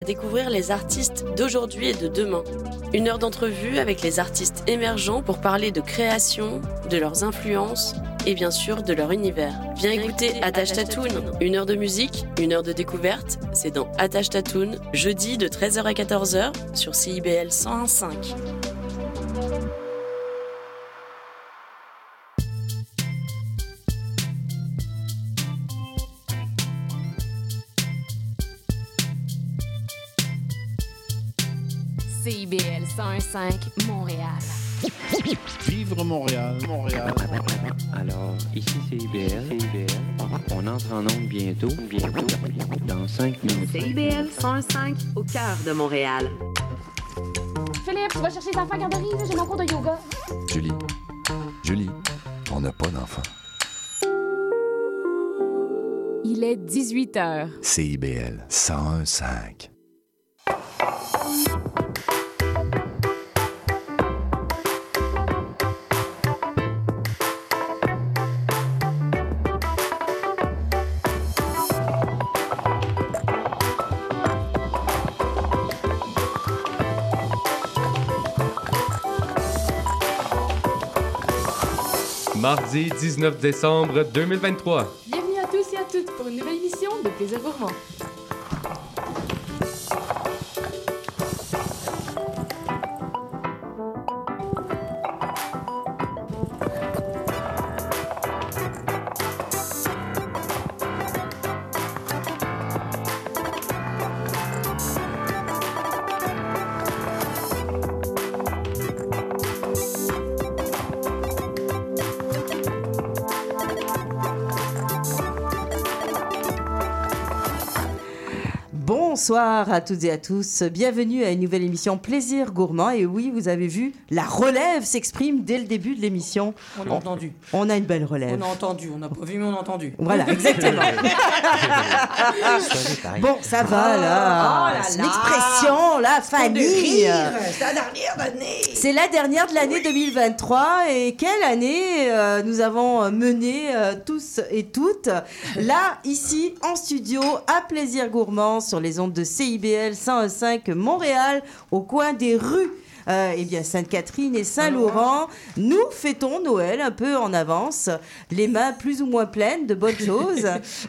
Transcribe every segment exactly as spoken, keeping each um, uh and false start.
découvrir les artistes d'aujourd'hui et de demain. Une heure d'entrevue avec les artistes émergents pour parler de création, de leurs influences et bien sûr de leur univers. Viens écouter Attache Tatoon, une heure de musique, une heure de découverte, c'est dans Attache Tatoon, jeudi de treize heures à quatorze heures sur C I B L cent un virgule cinq. C I B L cent un virgule cinq, Montréal. Vivre Montréal, Montréal. Alors, ici c'est I B L. C I B L. On entre en onde bientôt, bientôt, dans cinq minutes. C I B L cent un virgule cinq, au cœur de Montréal. Philippe, tu vas chercher les enfants à garderie, là, j'ai mon cours de yoga. Julie, Julie, on n'a pas d'enfants. Il est dix-huit heures. C I B L cent un virgule cinq. Mardi dix-neuf décembre deux mille vingt-trois. Bienvenue à tous et à toutes pour une nouvelle émission de Plaisir Gourmand. Bonsoir à toutes et à tous, bienvenue à une nouvelle émission Plaisir Gourmand. Et oui, vous avez vu, la relève s'exprime dès le début de l'émission. On a entendu. On a une belle relève. On a entendu, on n'a pas vu mais on a entendu. Voilà, exactement. Bon, ça va là, Oh là c'est là. l'expression, la famille. C'est la dernière année. C'est la dernière de l'année deux mille vingt-trois et quelle année euh, nous avons mené euh, tous et toutes là, ici, en studio, à Plaisir Gourmand, sur les ondes de C I B L cent un virgule cinq Montréal, au coin des rues. Euh, eh bien, Sainte-Catherine et Saint-Laurent, nous fêtons Noël un peu en avance, les mains plus ou moins pleines de bonnes choses,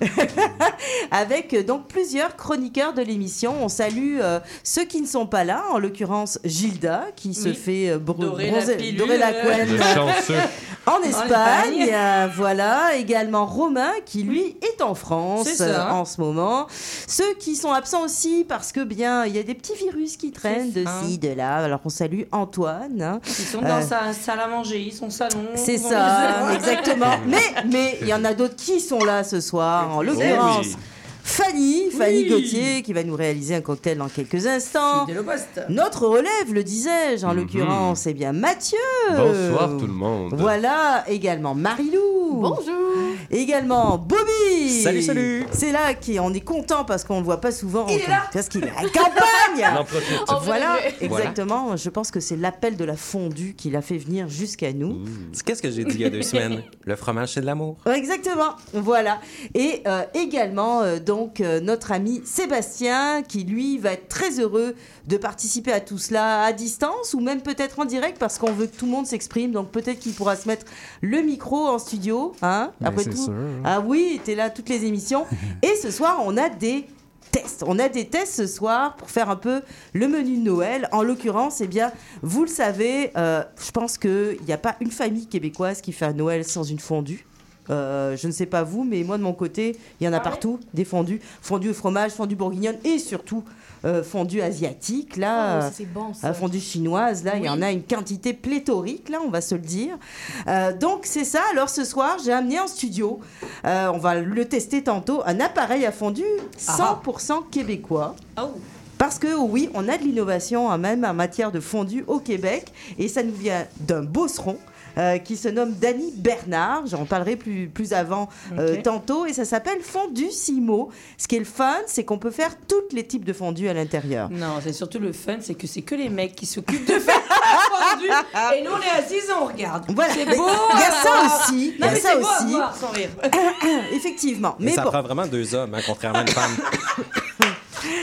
avec donc plusieurs chroniqueurs de l'émission. On salue euh, ceux qui ne sont pas là, en l'occurrence Gilda, qui oui. se fait euh, br- dorer bronzer, la pilule, dorer la couenne Le chanceux. en Espagne. En Espagne. Euh, voilà, également Romain, qui lui est en France C'est ça. euh, en ce moment. Ceux qui sont absents aussi parce que bien, il y a des petits virus qui traînent de ci, de là. Alors on salue Antoine. Hein. Ils sont dans euh, sa salle à manger, son salon. C'est ça, exactement. Mais mais il y en a d'autres qui sont là ce soir. En l'occurrence, oui. Fanny, Fanny oui. Gauthier, qui va nous réaliser un cocktail dans quelques instants. Fidèle au poste. Notre relève, le disais-je, en mm-hmm. l'occurrence, eh bien Mathieu. Bonsoir tout le monde. Voilà, également Marilou. Bonjour. Également Bobby. Salut, salut. C'est là qu'on est content parce qu'on ne le voit pas souvent. Il est là. Parce qu'il est à la campagne. On en profite. Voilà, exactement. Voilà. Je pense que c'est l'appel de la fondue qui l'a fait venir jusqu'à nous. Mmh. Qu'est-ce que j'ai dit il y a deux semaines? Le fromage, c'est de l'amour. Exactement, voilà. Et euh, également, euh, donc, euh, notre ami Sébastien, qui lui va être très heureux de participer à tout cela à distance ou même peut-être en direct parce qu'on veut que tout le monde s'exprime. Donc peut-être qu'il pourra se mettre le micro en studio. Hein, après c'est tout. sûr. Ah oui, t'es là toutes les émissions. Et ce soir, on a des tests. On a des tests ce soir pour faire un peu le menu de Noël. En l'occurrence, eh bien, vous le savez, euh, je pense qu'il n'y a pas une famille québécoise qui fait un Noël sans une fondue. Euh, je ne sais pas vous, mais moi de mon côté, il y en a ah partout, ouais. des fondus, fondue au fromage, fondue bourguignonne et surtout euh, fondue asiatique, là, oh, c'est bon, ça. Euh, fondue chinoise, là, oui. Il y en a une quantité pléthorique, là, on va se le dire. Euh, donc c'est ça. Alors ce soir, j'ai amené en studio, euh, on va le tester tantôt, un appareil à fondue cent pour cent québécois. Oh. Parce que oui, on a de l'innovation hein, même en matière de fondue au Québec et ça nous vient d'un Beauceron. Euh, qui se nomme Dany Bernard, j'en parlerai plus, plus avant euh, okay. tantôt, et ça s'appelle Fondue Simo. Ce qui est le fun, c'est qu'on peut faire tous les types de fondue à l'intérieur. Non, c'est surtout le fun, c'est que c'est que les mecs qui s'occupent de faire la fondue, et nous on est assis et on regarde. Voilà. C'est beau. Il y a ça aussi. Non, il y a mais ça c'est aussi. beau à voir, sans rire. Effectivement. Mais mais ça bon. prend vraiment deux hommes, hein, contrairement à une femme.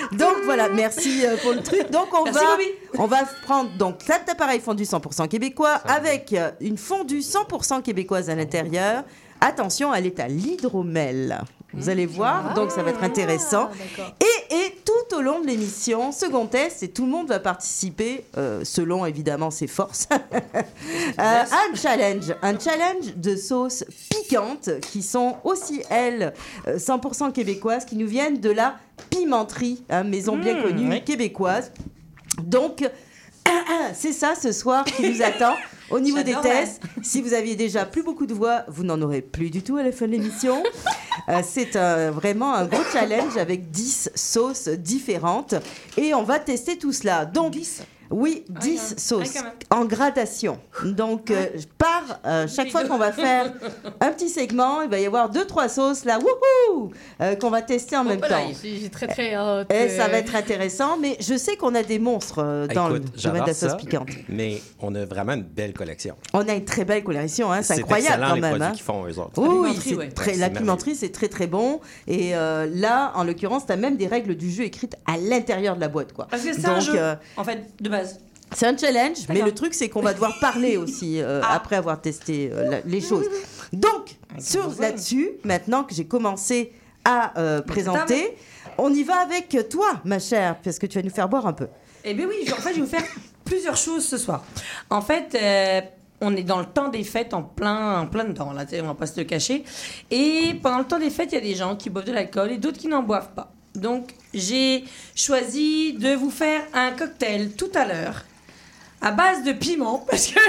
Donc voilà, merci euh, pour le truc. Donc on Merci, va, Bobby. on va prendre donc cet appareil fondu cent pour cent québécois avec euh, une fondue cent pour cent québécoise à l'intérieur. Attention, elle est à l'hydromel. Vous allez voir, donc ça va être intéressant. Et, et tout au long de l'émission, second test, et tout le monde va participer, euh, selon évidemment ses forces, euh, à un challenge. Un challenge de sauces piquantes qui sont aussi, elles, euh, cent pour cent québécoises, qui nous viennent de la pimenterie, hein, maison bien Mmh, connue oui. québécoise. Donc, c'est ça ce soir qui nous attend. Au niveau J'adore, des tests, si vous aviez déjà plus beaucoup de voix, vous n'en aurez plus du tout à la fin de l'émission. Euh, c'est euh, vraiment un gros challenge avec dix sauces différentes. Et on va tester tout cela. Donc, dix oui, Ah, dix quand sauces même. en gradation. Donc, euh, par euh, chaque fois qu'on va faire un petit segment, il va y avoir deux, trois sauces là, wouhou, euh, qu'on va tester en même Voilà, temps. j'ai j'ai très très hâte. Et ça va être intéressant, mais je sais qu'on a des monstres euh, dans Écoute, le domaine de j'adore la sauce ça, piquante. mais on a vraiment une belle collection. On a une très belle coloration, hein, c'est incroyable excellent, quand les même. produits Hein. qu'ils font, eux autres. Oui, oui, pimenterie, c'est ouais. très- Ouais, la c'est pimenterie, c'est très très bon. Et euh, là, en l'occurrence, tu as même des règles du jeu écrites à l'intérieur de la boîte. Quoi. Parce que c'est un Donc, jeu, euh, en fait, de base. c'est un challenge, mais D'accord. le truc, c'est qu'on va devoir parler aussi euh, Ah. après avoir testé euh, la- les choses. Donc, sur besoin. là-dessus, maintenant que j'ai commencé à euh, présenter, on y va avec toi, ma chère, parce que tu vas nous faire boire un peu. Eh bien oui, en fait, je vais vous faire plusieurs choses ce soir. En fait, euh, on est dans le temps des fêtes en plein, en plein dedans, là, tu sais, on va pas se le cacher. Et pendant le temps des fêtes, il y a des gens qui boivent de l'alcool et d'autres qui n'en boivent pas. Donc, j'ai choisi de vous faire un cocktail tout à l'heure à base de piment, parce que...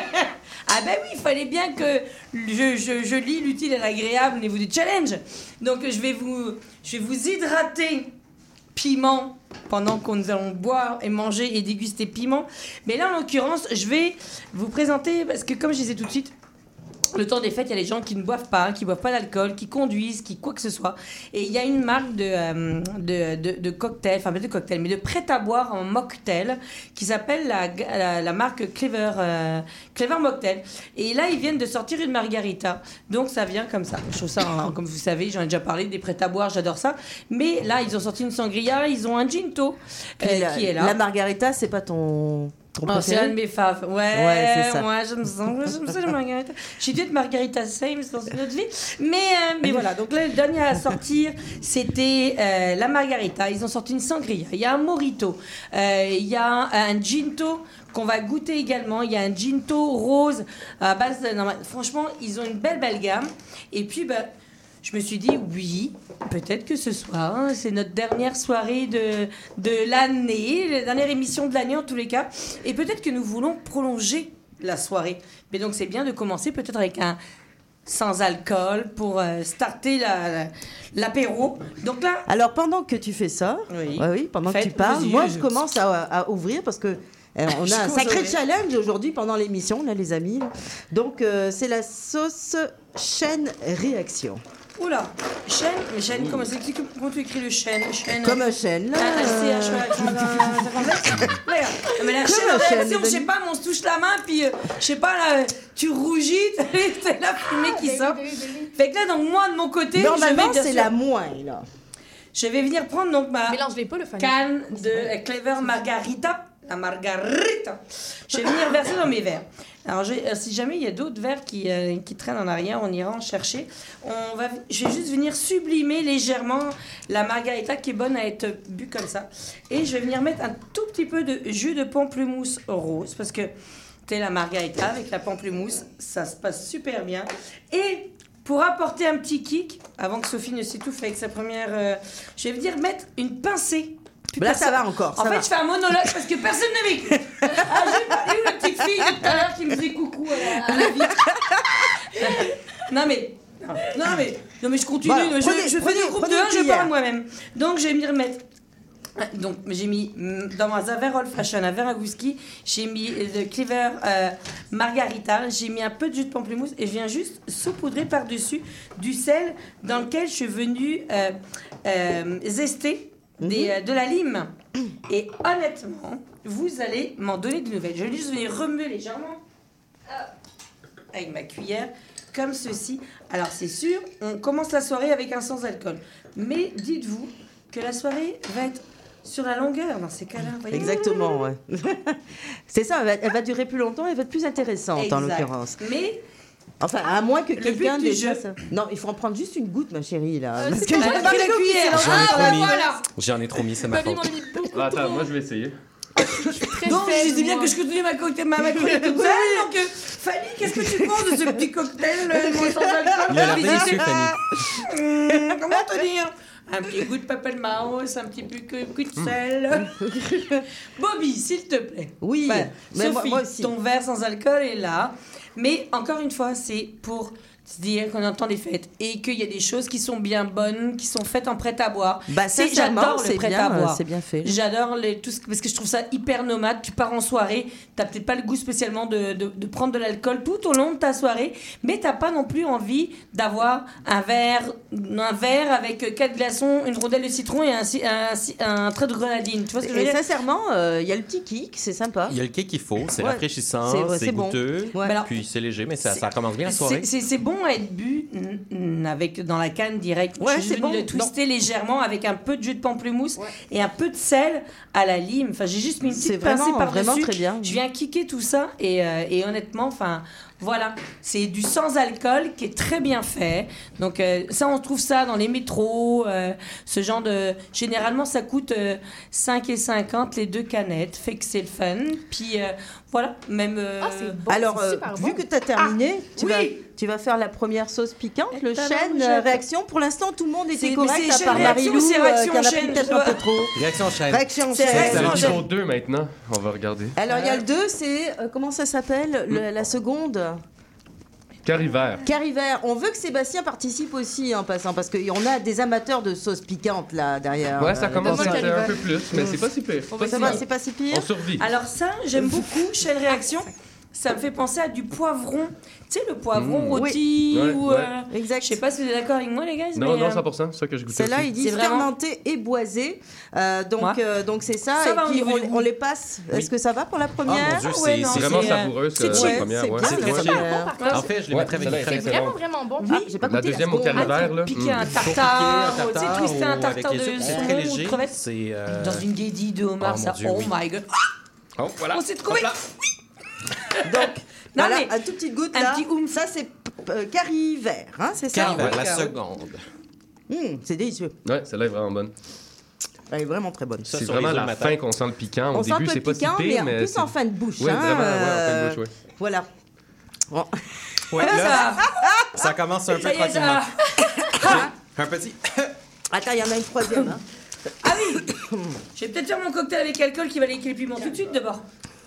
ah ben oui, il fallait bien que je, je, je lis l'utile et l'agréable au niveau du challenge. Donc, je vais vous, je vais vous hydrater piment pendant qu'on nous allons boire et manger et déguster piment. Mais là, en l'occurrence, je vais vous présenter, parce que comme je disais tout de suite, le temps des fêtes, il y a les gens qui ne boivent pas, qui ne boivent pas d'alcool, qui conduisent, qui quoi que ce soit. Et il y a une marque de, euh, de, de, de cocktail, enfin pas de cocktail, mais de prêt-à-boire en mocktail, qui s'appelle la, la, la marque Clever, euh, Clever Mocktail. Et là, ils viennent de sortir une margarita. Donc ça vient comme ça. Je trouve ça, hein, comme vous savez, j'en ai déjà parlé, des prêt-à-boire, j'adore ça. Mais là, ils ont sorti une sangria, ils ont un ginto euh, Puis la, qui est là. la margarita, c'est pas ton, ton Oh, c'est un de préféré? mes faves. Ouais, Ouais, c'est ça. moi j'aime ça, j'aime ça la margarita. J'ai dû être Margarita Sames dans une autre vie. Mais, euh, mais voilà, donc là, le dernier à sortir, c'était euh, la margarita. Ils ont sorti une sangria, il y a un mojito, euh, il y a un, un ginto qu'on va goûter également. Il y a un ginto rose à base de... non, franchement, ils ont une belle, belle gamme. Et puis, bah, je me suis dit, oui, peut-être que ce soir, hein, c'est notre dernière soirée de, de l'année, la dernière émission de l'année en tous les cas, et peut-être que nous voulons prolonger la soirée. Mais donc c'est bien de commencer peut-être avec un sans alcool pour euh, starter la, la- l'apéro. Donc là... Alors, pendant que tu fais ça, Oui. ouais, oui, pendant Faites que tu parles, vos moi, yeux. je commence à, à ouvrir parce que euh, on Je a un commence à sacré ouvrir. challenge aujourd'hui pendant l'émission, là, les amis. Donc, euh, c'est la sauce chêne réaction. Oula, chêne, mais chêne, comment, c'est, comment tu écris le chêne, chêne Comme un chêne, là. Ah, euh, C H E, mais la Comme chaîne un en chêne, réaction, je les sais amis. pas, mais on se touche la main, puis euh, je sais pas, là, tu rougis, c'est la fumée qui sort. Fait que là, donc moi, de mon côté, je vais, Normalement, bien c'est sûr- la moins, là. je vais venir prendre donc ma Mélange-les pas, le fan. canne de euh, Clever Margarita. La margarita. Je vais venir verser dans mes verres. Alors, j'ai- euh, si jamais il y a d'autres verres qui, euh, qui traînent en arrière, on ira en chercher. On va, je vais juste venir sublimer légèrement la margarita qui est bonne à être bu comme ça. Et je vais venir mettre un tout petit peu de jus de pamplemousse rose parce que tu sais, la margarita avec la pamplemousse, ça se passe super bien. Et pour apporter un petit kick, avant que Sophie ne s'étouffe avec sa première, euh, je vais venir mettre une pincée. Plus Là, ça personne- va encore. En ça fait, va. je fais un monologue parce que personne ne m'écoute. Ah, j'ai pas eu la petite fille de tout à l'heure qui me faisait coucou à la, à la vitre. Non mais, non, non mais, non mais je continue. Voilà, je, prenez- je fais prenez- du groupe de prenez un, une je cuillère. parle moi-même. Donc je vais venir mettre. Donc j'ai mis mm, dans un verre old fashion, un verre à whisky, j'ai mis le Clever euh, Margarita, j'ai mis un peu de jus de pamplemousse et je viens juste saupoudrer par-dessus du sel dans lequel je suis venue euh, euh, zester des, euh, de la lime. Et honnêtement, vous allez m'en donner des nouvelles. Je vais juste venir remuer légèrement hop, avec ma cuillère, comme ceci. Alors c'est sûr, on commence la soirée avec un sans alcool. Mais dites-vous que la soirée va être sur la longueur dans ces cas-là. voyez. Exactement, ouais. C'est ça, elle va, elle va durer plus longtemps, elle va être plus intéressante Exact. en l'occurrence. Mais Enfin, à moins que Le quelqu'un but du déjà. jeu. Ça... Non, il faut en prendre juste une goutte, ma chérie, là. Euh, Parce c'est que pas j'ai la pas cuillère. le cuillère. J'en ai Ah, trop mis. voilà. J'en ai trop mis, c'est ma Baby faute. m'en a mis beaucoup Ah, trop. attends, moi je vais essayer. Très non, je faible, disais bien moi. que je continuais ma cocktail, ma, ma chronique toute seule. Donc, euh, Fanny, qu'est-ce que tu penses de ce petit cocktail euh, moi, sans alcool Il a l'air Visiter- délicieux, Fanny. Hum, Comment te dire? Un petit goût de pamplemousse, un petit peu de coup de sel. Bobby, s'il te plaît. Oui, Ben, mais moi, Sophie, moi aussi. ton verre sans alcool est là. Mais encore une fois, c'est pour se dire qu'on entend des fêtes et qu'il y a des choses qui sont bien bonnes, qui sont faites en prêt à boire. Bah, C'est- sincèrement, j'adore le c'est prêt bien, à boire. c'est bien fait. J'adore les, tout ce, parce que je trouve ça hyper nomade. Tu pars en soirée, t'as peut-être pas le goût spécialement de, de, de prendre de l'alcool tout au long de ta soirée, mais t'as pas non plus envie d'avoir un verre, un verre avec quatre glaçons, une rondelle de citron et un, ci- un, ci- un trait de grenadine. Tu vois ce que je veux Et dire? sincèrement, euh, il y a le petit kick, c'est sympa. Il y a le kick qu'il faut, c'est Ouais. rafraîchissant, C'est vrai, c'est c'est bon. goûteux, Ouais. Mais alors, puis c'est léger, mais ça, c'est- ça commence bien la soirée. C'est- C'est c'est bon à être bu mm, mm, avec, dans la canne direct. Ouais, je suis c'est venue bon. le twister légèrement avec un peu de jus de pamplemousse et un peu de sel à la lime. Enfin, j'ai juste mis une C'est petite pincée vraiment, par-dessus. vraiment très bien. Je viens kicker tout ça et, euh, et honnêtement, enfin, voilà. C'est du sans-alcool qui est très bien fait. Donc, euh, ça, on trouve ça dans les métros. euh, ce genre de... Généralement, ça coûte euh, cinq et cinquante les deux canettes. Fait que c'est le fun. Puis, euh, voilà. Même... euh, Ah, c'est bon. Alors, c'est euh, super vu bon. que tu as terminé, tu, oui. vas, tu vas faire la première sauce piquante, le Et chêne, tabac, euh, j'ai- réaction. Pour l'instant, tout le monde était C'est- correct, mais à c'est part chêne réaction, Marie-Lou, c'est euh, réaction qui en a pris chêne, peut-être tu un vois. peu trop. Réaction chaîne. Réaction C'est chêne. C'est réaction le chêne. niveau deux maintenant. On va regarder. Alors, il y a le deux, c'est, euh, comment ça s'appelle, le- la seconde Carivert. Carivert. On veut que Sébastien participe aussi en passant, parce qu'on a des amateurs de sauce piquante là derrière. Ouais, ça Euh, commence dans à le- être un peu plus, mais c'est pas si pire. On va Ça essayer. va, c'est pas si pire. On survit. Alors ça, j'aime beaucoup Chaîne Réaction. Ça me fait penser à du poivron. Tu sais, le poivron Mmh. rôti Oui. ou... Ouais, euh, Exact. Je sais pas si vous êtes d'accord avec moi, les gars. Non, mais, non, euh, cent pour cent, c'est ça que je goûtais Celle-là, aussi. ils disent C'est vraiment- fermenté et boisé. Euh, donc, Ouais. euh, donc c'est ça. Ça et va au puis niveau on, du goût. on les passe. Est-ce que ça va pour la première Oh mon Dieu, Ah c'est ouais, non, c'est C'est vraiment c'est, euh, savoureux, c'est ça, cheap. la première. C'est Ouais, bien, c'est c'est très pas cheap. mal. Bon, par contre, En fait, je les Ouais, mettrais avec celle-là une est crème c'est très feta. vraiment, vraiment bon. Ah, j'ai pas La goûté. deuxième au Est-ce qu'on- carivert, là. Piquer Mm. un Faut piquer tartare, un ou, tu sais, tartare twister un ou tartare avec de les autres, c'est très saumon ou de léger. crevettes. C'est euh, Dans une guédille de homard, Oh, mon ça. Dieu, Oh oui. my god. Oh, voilà. On s'est trouvé. Hop là. Donc, Non, voilà, mais un tout petit goutte un là. petit oomph. Ça, c'est euh, carivert, hein, c'est ça Carivert, la Ouais. seconde. Hum, c'est délicieux. Ouais, celle-là est vraiment bonne. Elle est vraiment très bonne. Ça, C'est sur vraiment les la œufs fin matin. qu'on sent le piquant. Au On sent un début, peu c'est le pas si piquant, mais pire, en mais. plus c'est- en fin de bouche. Oui, hein, vraiment, ouais, en fin de euh, bouche, ouais. Voilà. Bon. Ouais, Ah, là, ça- ça commence un peu Ça y est, tranquillement. ça- Un petit. Attends, il y en a une troisième. Hein. Ah oui. Je vais peut-être faire mon cocktail avec alcool qui va liquer les piments tout de suite d'abord.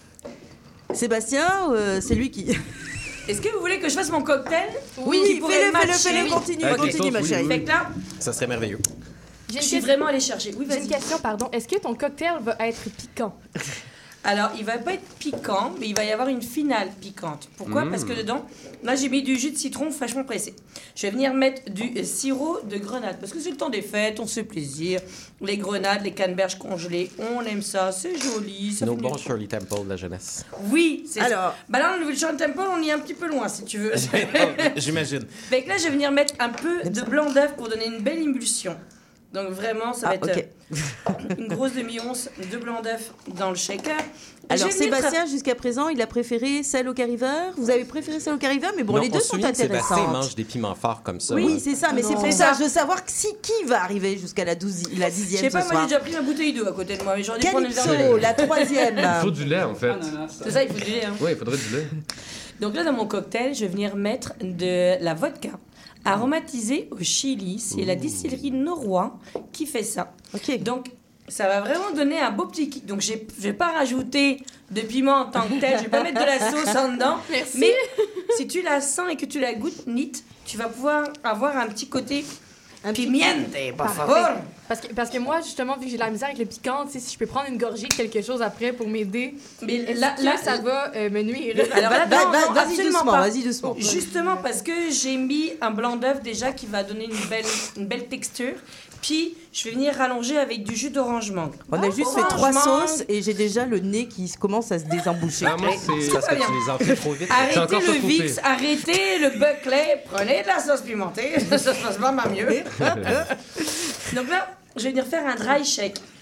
Sébastien, euh, c'est lui qui. Est-ce que vous voulez que je fasse mon cocktail? Oui, Qui pourrait fais-le, fais-le, matcher? fais-le, continue, Avec les continue, sauces, ma oui, chérie. oui, Fait que là, Ça serait merveilleux. J'ai je une, suis question- vraiment allée chercher. Oui, j'ai une vas-y. question, pardon. Est-ce que ton cocktail va être piquant? Alors, il va pas être piquant, mais il va y avoir une finale piquante. Pourquoi? Mmh. Parce que dedans, là, j'ai mis du jus de citron fraîchement pressé. Je vais venir mettre du euh, sirop de grenade. Parce que c'est le temps des fêtes, on se fait plaisir. Les grenades, les canneberges congelées, on aime ça, c'est joli. Ça Nos fait bons du- Shirley Temple de la jeunesse. Oui, c'est Alors. Bah là, le Shirley Temple, on y est un petit peu loin, si tu veux. J'imagine. Fait que là, je vais venir mettre un peu de blanc d'œuf pour donner une belle émulsion. Donc vraiment, ça va Ah, être ok. euh, une grosse demi-once de blanc d'œuf dans le shaker. Et Alors je vais venir Sébastien, jusqu'à présent, il a préféré celle au carivert. Vous avez préféré celle au carivert, mais bon, Non, les on deux se sont souvient que Sébastien intéressantes. mange des piments forts comme ça. Oui, hein. c'est ça, mais c'est Non. pour ça. Je veux savoir si qui va arriver jusqu'à la, douzi- la Je dixième sais pas, ce moi j'ai soir. déjà pris ma bouteille d'eau à côté de moi, mais j'aurais dû prendre une verre Calypso, de lait. la troisième. Il faut du lait, en fait. C'est ça, il faut du lait. Hein. Oui, il faudrait du lait. Donc là, dans mon cocktail, je vais venir mettre de la vodka aromatisée au chili. C'est la distillerie Norrois qui fait ça. Ok. Donc, ça va vraiment donner un beau petit kick. Donc, j'ai- je vais pas rajouter de piment en tant que tel. Je vais pas mettre de la sauce en dedans. Merci. Mais si tu la sens et que tu la goûtes nite, tu vas pouvoir avoir un petit côté pimiente, por Parfait. favor. Parce que, parce que moi, justement, vu que j'ai de la misère avec le piquant, tu sais, si je peux prendre une gorgée de quelque chose après pour m'aider, Mais est-ce là, que là, ça va euh, me nuire? Alors là, Va- non, va- non, vas-y absolument doucement, pas. vas-y doucement. Justement parce que j'ai mis un blanc d'œuf déjà qui va donner une belle, une belle texture. Puis, je vais venir rallonger avec du jus d'orange mangue. On a juste fait Orange trois mangue. sauces et j'ai déjà le nez qui commence à se désemboucher. Ah, moi, c'est. Parce que tu les en fais trop vite. C'est Arrêtez encore le pas trop Vicks, pire. arrêtez le Buckley, prenez de la sauce pimentée, ça se passe pas mal mieux. Donc là, je vais venir faire un dry shake.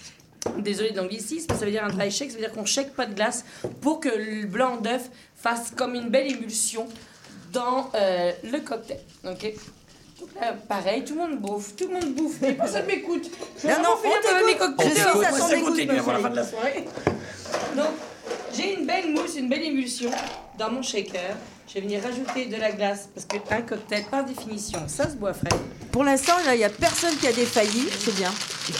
Désolé de l'anglicisme, ça veut dire un dry shake, ça veut dire qu'on shake pas de glace pour que le blanc d'œuf fasse comme une belle émulsion dans euh, le cocktail. OK? Donc là, pareil, tout le monde bouffe, tout le monde bouffe, mais personne m'écoute. Je vais Non, non, vraiment finir on par mes t'écoute. cocktails. Je suis On à va son s'écouter écoute, avant la ma fin de la soirée. Donc, j'ai une belle mousse, une belle émulsion dans mon shaker. Je vais venir rajouter de la glace parce qu'un cocktail, par définition, ça se boit frais. Pour l'instant, là, il n'y a personne qui a défailli. C'est bien.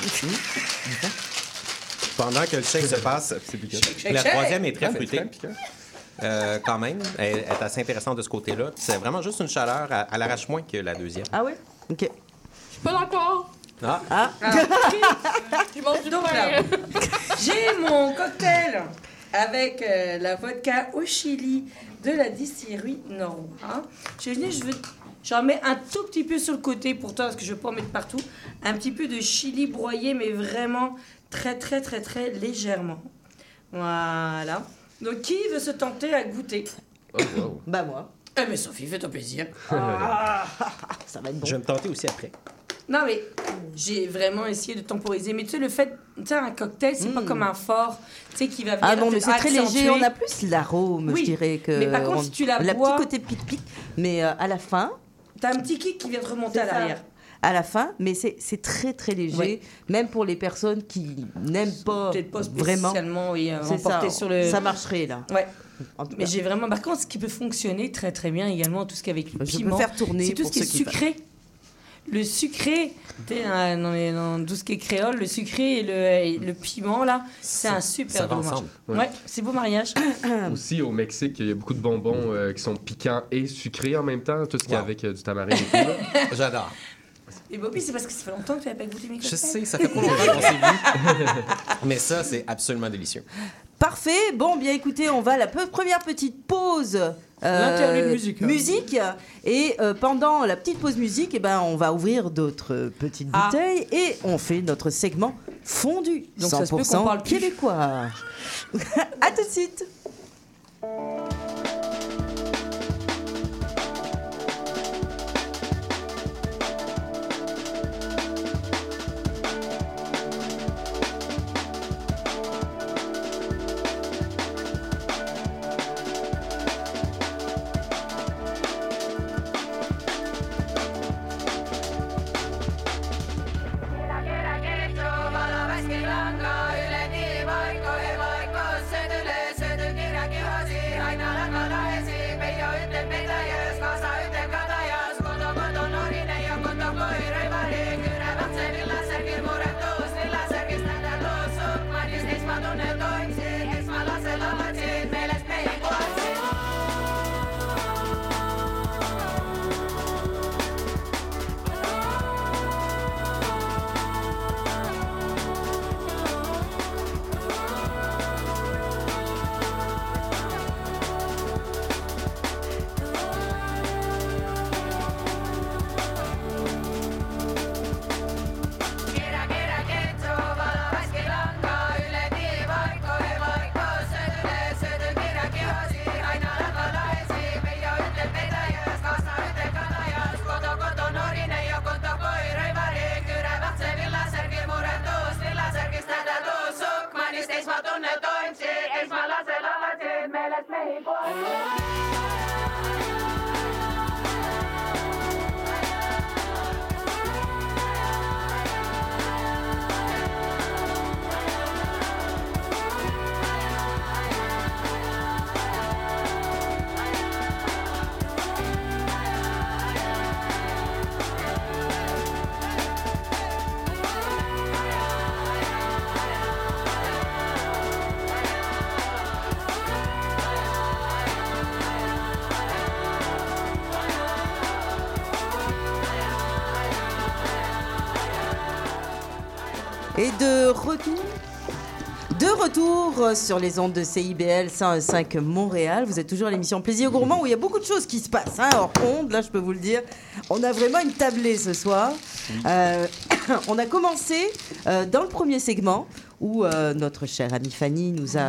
Pendant que le shake se passe, Shake, la shake. troisième est très Ah, c'est fruitée. très piquant. Euh, quand même, elle est assez intéressante de ce côté-là. C'est vraiment juste une chaleur, à, à l'arrache moins que la deuxième. Ah oui? OK. Je suis pas d'accord. Ah, Ah, Je mange du Donc pain. là, j'ai mon cocktail avec euh, la vodka au chili de la distillerie Norrois. Je vais venir, je veux, j'en mets un tout petit peu sur le côté pour toi parce que je veux pas en mettre partout. Un petit peu de chili broyé, mais vraiment très très très très légèrement. Voilà. Donc qui veut se tenter à goûter? Oh, wow. bah moi. Eh mais Sophie, fais-toi plaisir. Ah, ça va être bon. je vais me tenter aussi après. Non, mais j'ai vraiment essayé de temporiser. Mais tu sais, le fait, tu sais, un cocktail, c'est Mm. pas comme un fort, tu sais, qui va venir. Ah non, mais c'est très accentuer. léger. On a plus l'arôme, Oui, je dirais. Que mais par contre, on- si tu la Le bois- petit côté pic-pic. Mais euh, à la fin, T'as un petit kick qui vient te remonter C'est à ça. l'arrière. à la fin, mais c'est c'est très très léger. Ouais. Même pour les personnes qui n'aiment pas Peut-être pas vraiment. spécialement, oui, euh, C'est ça. emporté sur le. Ça marcherait là. Ouais. En tout Mais cas. j'ai vraiment. Par contre, ce qui peut fonctionner très très bien également, tout ce qui est avec le Je peux piment, faire tourner c'est tout pour ce qui est ceux qui sucré. Le sucré, tu sais, dans, dans les- dans tout ce qui est créole, le sucré et le, et le piment, là, c'est un super ça va beau mariage. ensemble. Ouais. Ouais, c'est beau mariage. Aussi, au Mexique, il y a beaucoup de bonbons euh, qui sont piquants et sucrés en même temps. Tout ce qui est Wow. avec euh, du tamarin et tout. Là. J'adore. Et Bobby, c'est parce que ça fait longtemps que tu n'avais pas goûté mes Je cocktails. sais, ça fait pas longtemps qu'on s'est vu. Mais ça, c'est absolument délicieux. Parfait. Bon, bien écoutez, on va à la pe- première petite pause. euh, L'interlude musique, hein. musique. Et euh, pendant la petite pause musique, eh ben, on va ouvrir d'autres euh, petites Ah. bouteilles et on fait notre segment fondu. Donc ça se peut qu'on cent pour cent parle plus. québécois. À tout de suite. Et de retour, de retour sur les ondes de C I B L cent cinq Montréal. Vous êtes toujours à l'émission Plaisir Gourmand où il y a beaucoup de choses qui se passent. Hein, hors onde, là, je peux vous le dire. On a vraiment une tablée ce soir. Euh, on a commencé euh, dans le premier segment où euh, notre chère amie Fanny nous a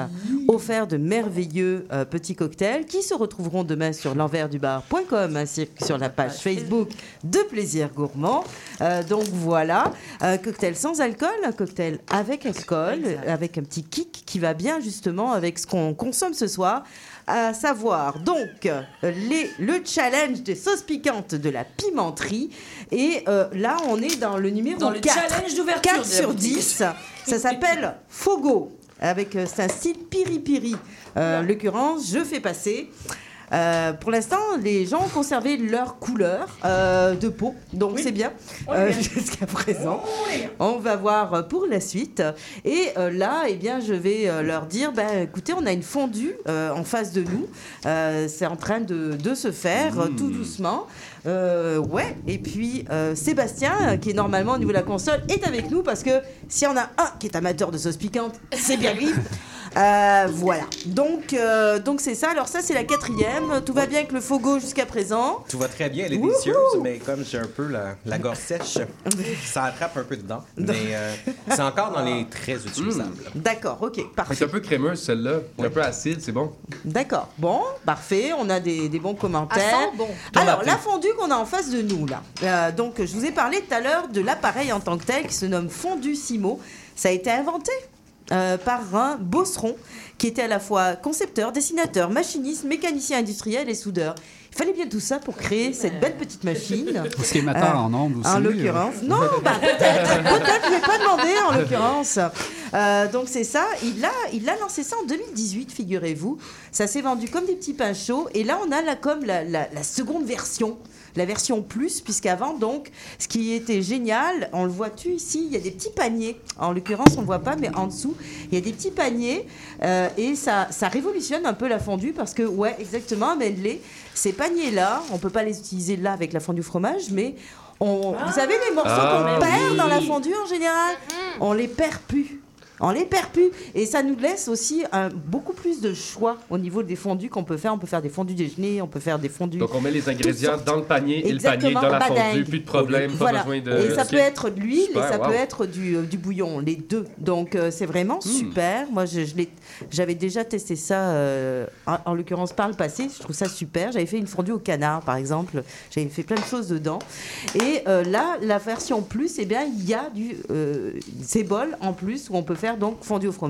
offert de merveilleux euh, petits cocktails qui se retrouveront demain sur l'envers du bar point com ainsi que sur la page Facebook de Plaisir Gourmand. Euh, donc voilà, un cocktail sans alcool, un cocktail avec alcool, exact. Avec un petit kick qui va bien justement avec ce qu'on consomme ce soir. À savoir donc les, le challenge des sauces piquantes de la pimenterie. Et euh, là, on est dans le numéro dans quatre. Le challenge d'ouverture. quatre sur dix. Ça s'appelle Fogo. Avec, euh, c'est un style piri-piri. Euh, en l'occurrence, je fais passer. Euh, pour l'instant, les gens ont conservé leur couleur euh, de peau, donc oui. c'est bien, euh, jusqu'à présent. On va voir pour la suite. Et euh, là, eh bien, je vais euh, leur dire, bah, écoutez, on a une fondue euh, en face de nous. Euh, c'est en train de, de se faire mmh. euh, tout doucement. Euh, ouais, et puis euh, Sébastien, qui est normalement au niveau de la console, est avec nous parce que s'il y en a un qui est amateur de sauce piquante, c'est bien lui. Euh, voilà, donc euh, donc c'est ça. Alors ça c'est la quatrième. Tout va bien avec le Fogo jusqu'à présent. Tout va très bien, elle est Wouhou! délicieuse, mais comme j'ai un peu la, la gorge sèche, ça attrape un peu dedans. Mais euh, c'est encore dans les très utilisables. Mmh. D'accord, ok, parfait. C'est un peu crémeuse celle-là, oui. Un peu acide, c'est bon. D'accord, bon, parfait. On a des, des bons commentaires. À cent, bon. Alors la fondue qu'on a en face de nous là. Euh, donc je vous ai parlé tout à l'heure de l'appareil en tant que tel qui se nomme Fondue Simo. Ça a été inventé. Euh, par un bosseron qui était à la fois concepteur, dessinateur, machiniste, mécanicien industriel et soudeur. Il fallait bien tout ça pour créer cette belle petite machine. Schémateur euh, en ondes aussi. En l'occurrence. Non, bah, peut-être, peut-être, je ne vais pas demander en l'occurrence. Euh, donc c'est ça, il a, il a lancé ça en deux mille dix-huit, figurez-vous. Ça s'est vendu comme des petits pains chauds. Et là, on a la, comme la, la, la seconde version. La version plus, puisqu'avant, donc, ce qui était génial, on le voit-tu ici, il y a des petits paniers. En l'occurrence, on ne le voit pas, mais en dessous, il y a des petits paniers euh, et ça, ça révolutionne un peu la fondue parce que, ouais, exactement, Medley, ces paniers-là, on ne peut pas les utiliser là avec la fondue fromage, mais on, ah, vous savez, les morceaux ah, qu'on perd oui. dans la fondue en général, on les perd plus. On les perd plus. Et ça nous laisse aussi un, beaucoup plus de choix au niveau des fondus qu'on peut faire. On peut faire des fondus déjeuner, on peut faire des fondus... Donc on met les ingrédients dans le panier Exactement, et le panier dans la badingue. Fondue. Plus de problème, voilà. pas besoin de... Et ça okay. peut être de l'huile super, et ça wow. peut être du, euh, du bouillon, les deux. Donc euh, c'est vraiment mmh. super. Moi, je, je l'ai, j'avais déjà testé ça, euh, en, en l'occurrence par le passé. Je trouve ça super. J'avais fait une fondue au canard, par exemple. J'avais fait plein de choses dedans. Et euh, là, la version plus, eh bien, il y a du, euh, ces bols en plus où on peut faire donc fondue au fromage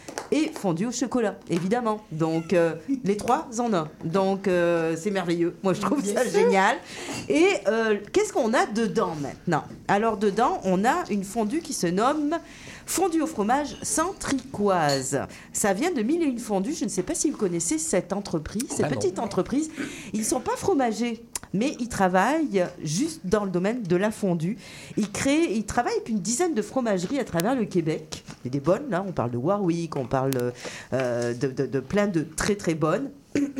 et fondue au chocolat, évidemment. Donc, euh, les trois en un. Donc, euh, c'est merveilleux. Moi, je trouve Bien ça sûr. génial. Et euh, qu'est-ce qu'on a dedans maintenant ? Alors, dedans, on a une fondue qui se nomme fondue au fromage sans tricoise. Ça vient de Mille et une fondues. Je ne sais pas si vous connaissez cette entreprise, cette ah petite non. entreprise. Ils ne sont pas fromagers, mais ils travaillent juste dans le domaine de la fondue. Ils créent, ils travaillent avec une dizaine de fromageries à travers le Québec. Il y a des bonnes, là, on parle de Warwick, on parle euh, de, de, de plein de très très bonnes.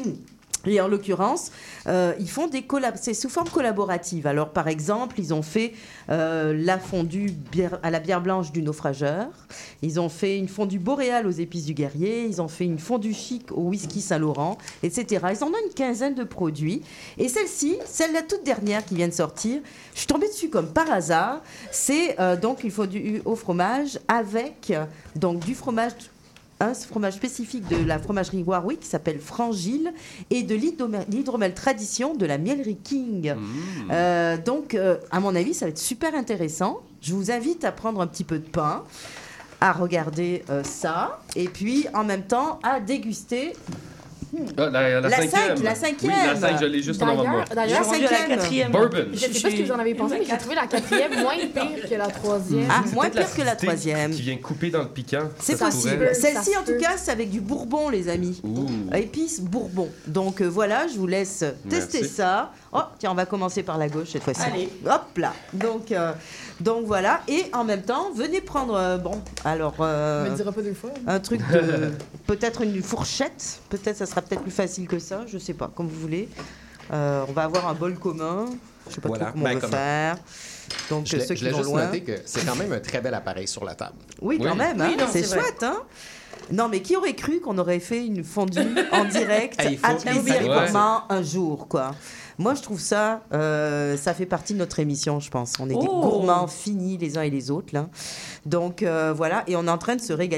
Et en l'occurrence, euh, ils font des collab- c'est sous forme collaborative. Alors, par exemple, ils ont fait euh, la fondue bière, à la bière blanche du naufrageur. Ils ont fait une fondue boréale aux épices du guerrier. Ils ont fait une fondue chic au whisky Saint-Laurent, et cetera. Ils en ont une quinzaine de produits. Et celle-ci, celle la toute dernière qui vient de sortir, je suis tombée dessus comme par hasard. C'est euh, donc une fondue au fromage avec donc du fromage... un fromage spécifique de la fromagerie Warwick qui s'appelle Frangile et de l'hydromel tradition de la Mielerie King. Mmh. Euh, donc, euh, à mon avis, ça va être super intéressant. Je vous invite à prendre un petit peu de pain, à regarder euh, ça et puis en même temps à déguster. Ah, la, la, la, cinquième. cinq, la cinquième. Oui, la cinq, je l'ai juste en avant de moi. D'ailleurs, la cinquième. La quatrième. Bourbon. Je ne sais pas ce que vous en avez pensé, mais j'ai trouvé la quatrième moins pire que la troisième. Ah, moins pire que la troisième. Qui vient couper dans le piquant. C'est possible. Celle-ci, en tout cas, c'est avec du bourbon, les amis. Ouh. Épices bourbon. Donc euh, voilà, je vous laisse tester Merci. ça. Oh, tiens, on va commencer par la gauche cette fois-ci. Allez. Hop là. Donc, euh, donc voilà. Et en même temps, venez prendre, euh, bon, alors... Euh, me le dira pas deux fois. Un truc de... peut-être une fourchette. Peut-être ça sera peut-être plus facile que ça. Je sais pas, comme vous voulez. Euh, on va avoir un bol commun. Je sais pas voilà. trop comment ben, on veut comme... faire. Donc, je ceux qui vont juste loin... noter que c'est quand même un très bel appareil sur la table. Oui, quand oui. même. Hein? Oui, non, c'est, c'est chouette, hein? Non, mais qui aurait cru qu'on aurait fait une fondue en direct hey, à Plaisir Gourmand un jour, quoi. Moi, je trouve ça, euh, ça fait partie de notre émission, je pense. On est oh. des gourmands finis les uns et les autres, là. Donc, euh, voilà, et on est en train de se régaler.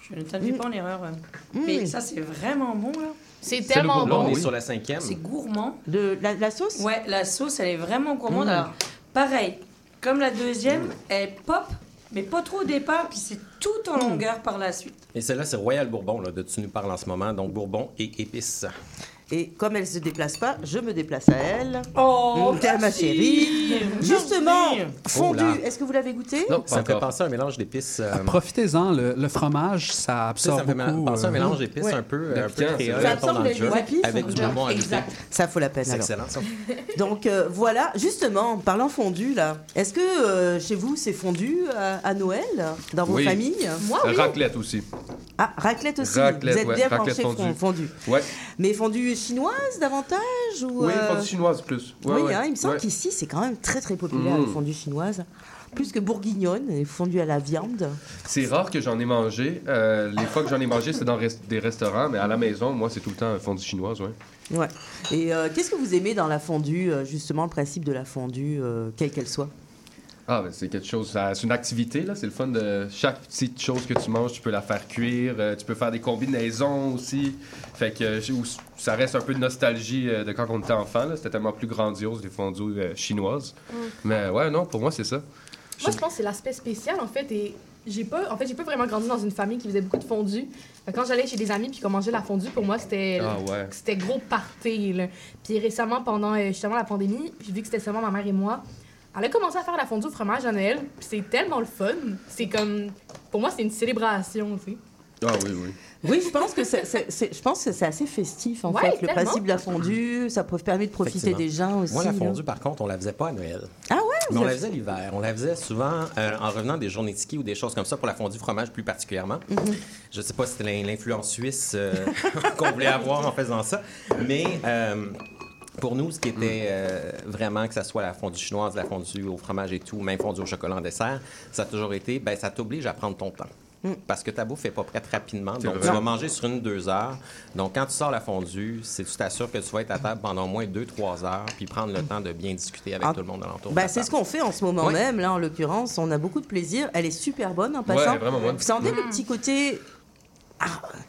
Je ne t'induis pas en erreur. ouais. Mmh. Mais ça, c'est vraiment bon, là. C'est le tellement bourbon, Là, on bon. est oui. sur la cinquième. C'est gourmand. De la, la sauce? Ouais, la sauce, elle est vraiment gourmande. Mm. Alors, pareil, comme la deuxième, elle pop, mais pas trop au départ, puis c'est tout en longueur par la suite. Et celle-là, c'est Royal Bourbon, là, de tu nous parles en ce moment. Donc, Bourbon et épices. Et comme elle se déplace pas, je me déplace à elle. Oh, Mmh, ma chérie. Justement, fondu, Oh là. est-ce que vous l'avez goûté? Non, pas Ça me fait encore. penser à un mélange d'épices. euh, Profitez-en, le, le fromage, ça tu sais, ça absorbe me fait beaucoup. penser à un euh, mélange d'épices Ouais. un peu, Le un peu piquant, créole, c'est Ça un ton dans absorbe le les jeu, épices, avec du bourbon ajouté. Exact. Ça vaut la peine C'est alors. excellent, ça. Donc euh, voilà, justement, parlant fondu là, est-ce que euh, chez vous c'est fondu à, à Noël, dans vos Oui. familles? Moi, oui. Raclette aussi. Ah, raclette aussi, Raclette, vous êtes ouais, bien raclette penché fondue. fondu. Ouais. Mais fondue chinoise davantage ou, Oui, euh, fondue chinoise plus. Ouais, oui, ouais. hein, il me semble Ouais. qu'ici c'est quand même très très populaire Mmh. les fondues chinoises. Plus que bourguignonne, et fondue à la viande. C'est rare que j'en ai mangé. Euh, les fois que j'en ai mangé, c'est dans res- des restaurants, mais à la maison, moi, c'est tout le temps fondue chinoise, ouais. Ouais. Et euh, qu'est-ce que vous aimez dans la fondue, euh, justement, le principe de la fondue, euh, quelle qu'elle soit? Ah, ben, c'est quelque chose, ça- c'est une activité, là. C'est le fun de chaque petite chose que tu manges, tu peux la faire cuire, euh, tu peux faire des combinaisons aussi. Fait que euh, où ça reste un peu de nostalgie euh, de quand on était enfant, là. C'était tellement plus grandiose, les fondues euh, chinoises. Mm. Mais ouais, non, pour moi, c'est ça. Moi, je pense que c'est l'aspect spécial, en fait, et j'ai pas, en fait, j'ai pas vraiment grandi dans une famille qui faisait beaucoup de fondue. Fait que quand j'allais chez des amis puis qu'on mangeait la fondue, pour moi, c'était Ah ouais. c'était gros party, là. Puis récemment, pendant euh, justement la pandémie, j'ai vu que c'était seulement ma mère et moi. Elle a commencé à faire la fondue au fromage à Noël, puis c'est tellement le fun. C'est comme... Pour moi, c'est une célébration, tu sais. Ah oui, oui. Oui, je pense que c'est, c'est- c'est- je pense que c'est assez festif, en Ouais, fait. Le tellement. principe de la fondue, ça peut permettre de profiter Effectivement. des gens aussi. Moi, la là. fondue, par contre, on la faisait pas à Noël. Ah ouais? Mais vous on la avez- faisait l'hiver. On la faisait souvent euh, en revenant des journées de ski ou des choses comme ça, pour la fondue fromage plus particulièrement. Mhm. Je sais pas si c'était l'in- l'influence suisse euh, qu'on voulait avoir en faisant ça, mais euh, pour nous, ce qui était euh, vraiment que ça soit la fondue chinoise, la fondue au fromage et tout, même fondue au chocolat en dessert, ça a toujours été, ben ça t'oblige à prendre ton temps. Mm. Parce que ta bouffe n'est pas prête rapidement. C'est Donc, vrai. tu vas manger sur une, deux heures. Donc, quand tu sors la fondue, c'est tu t'assures que tu vas être à table pendant au moins deux, trois heures, puis prendre le temps de bien discuter avec Ah. tout le monde alentour. de Bah, la c'est table. ce qu'on fait en ce moment Oui. même, là, en l'occurrence. On a beaucoup de plaisir. Elle est super bonne, en passant. Ouais, vraiment bonne. Vous sentez le petit côté ah,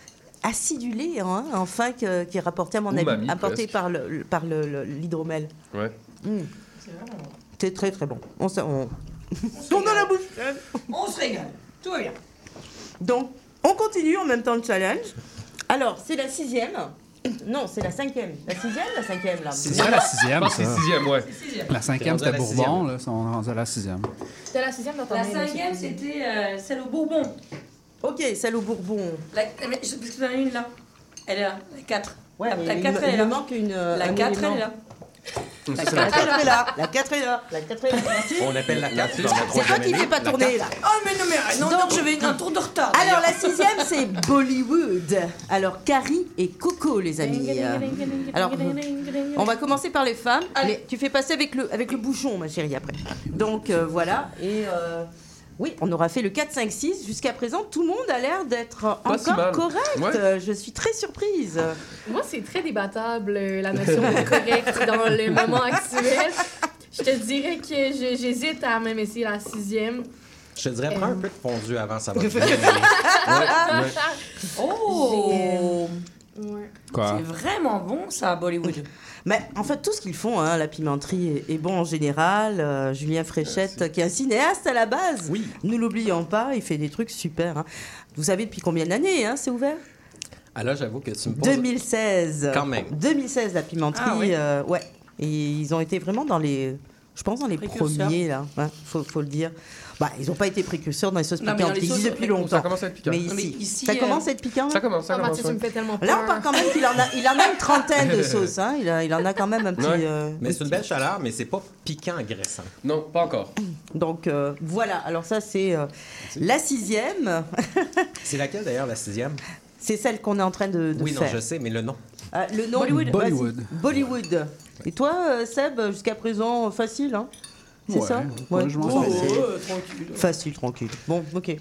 acidulé, hein, enfin, que- qui est rapporté, à mon avis, Umami, apporté presque. par le, le- par le- le- l'hydromel. Ouais. Mm. C'est très, très bon. On, se- on... on a la bouche pleine. On se régale. Tout va bien. Donc, on continue en même temps le challenge. Alors, c'est la sixième. Non, c'est la cinquième. La sixième, la cinquième, là. C'est ça, la Je sixième, pense que c'est ça. sixième, ouais. La cinquième, T'es rendu à c'était la Bourbon, sixième. là, on est rendu à la sixième. C'était la sixième dans ta La main, là, cinquième, c'est- c'était euh, celle au Bourbon. Ok, celle au Bourbon. La, mais je, parce que t'en as une là. Elle est là. La quatre. Ouais, la mais la il quatre, me- elle est il là. me manque une, euh, La un quatre, élément. elle est là. Ça, La c'est la quatre est là. La quatre est là. La quatre est là. Merci. On appelle la carte dans la C'est toi troisième qui ne année. fais pas La tourner, carte. là. Oh, mais non, mais non, Donc- non, je vais un tour de retard. Alors, d'ailleurs. la sixième, c'est Bollywood. Alors, Carrie et Coco, les amis. Euh, Alors, on va commencer par les femmes. Allez. Mais tu fais passer avec le, avec le bouchon, ma chérie, après. Donc, euh, voilà. Et euh, oui, on aura fait le quatre, cinq, six. Jusqu'à présent, tout le monde a l'air d'être Pas si encore mal. correct. Ouais. Euh, Je suis très surprise. Moi, c'est très débattable, euh, la notion de correct dans le moment actuel. Je te dirais que je- j'hésite à même essayer la sixième. Je te dirais, prends un peu de fondu avant, ça va bien aller. Oh! Ouais. Quoi? C'est vraiment bon, ça, à Bollywood. Mais en fait, tout ce qu'ils font, hein, la pimenterie est, est bon en général. Euh, Julien Fréchette, qui est un cinéaste à la base, Oui. nous l'oublions pas, il fait des trucs super. Hein. Vous savez depuis combien d'années hein, c'est ouvert? Ah là, j'avoue que tu me poses... deux mille seize. Quand même. deux mille seize, la pimenterie. Ah, ouais. euh, ouais. Et ils ont été vraiment dans les... Je pense dans les Précurseurs. premiers, là. Hein, faut, faut le dire. Bah, ils n'ont pas été précurseurs dans les sauces Non, mais piquantes dans les qui existent sauces, depuis ça longtemps. Ça commence à être piquant. Mais Non, ici, mais ici, ça euh, commence à être piquant. Ça commence, ça Ah, commence. Mathieu, tu ouais. me fais tellement peur. Là, on parle quand même qu'il en a, il en a une trentaine de sauces. Hein. Il, a, il en a quand même un petit... Ouais. euh, Mais c'est une belle chaleur, mais c'est pas piquant agressant. Non, pas encore. Donc euh, voilà, alors ça c'est euh, la sixième, C'est laquelle d'ailleurs, la sixième? c'est celle qu'on est en train de, de Oui, non, faire. je sais, mais le nom. Ah, le nom Bollywood. vas-y. Bollywood. Bollywood. Et toi, euh, Seb, jusqu'à présent, facile, hein? C'est Ouais, ça ouais, je m'en Oh, fais. facile. Oh, tranquille. Facile, tranquille. Bon, ok.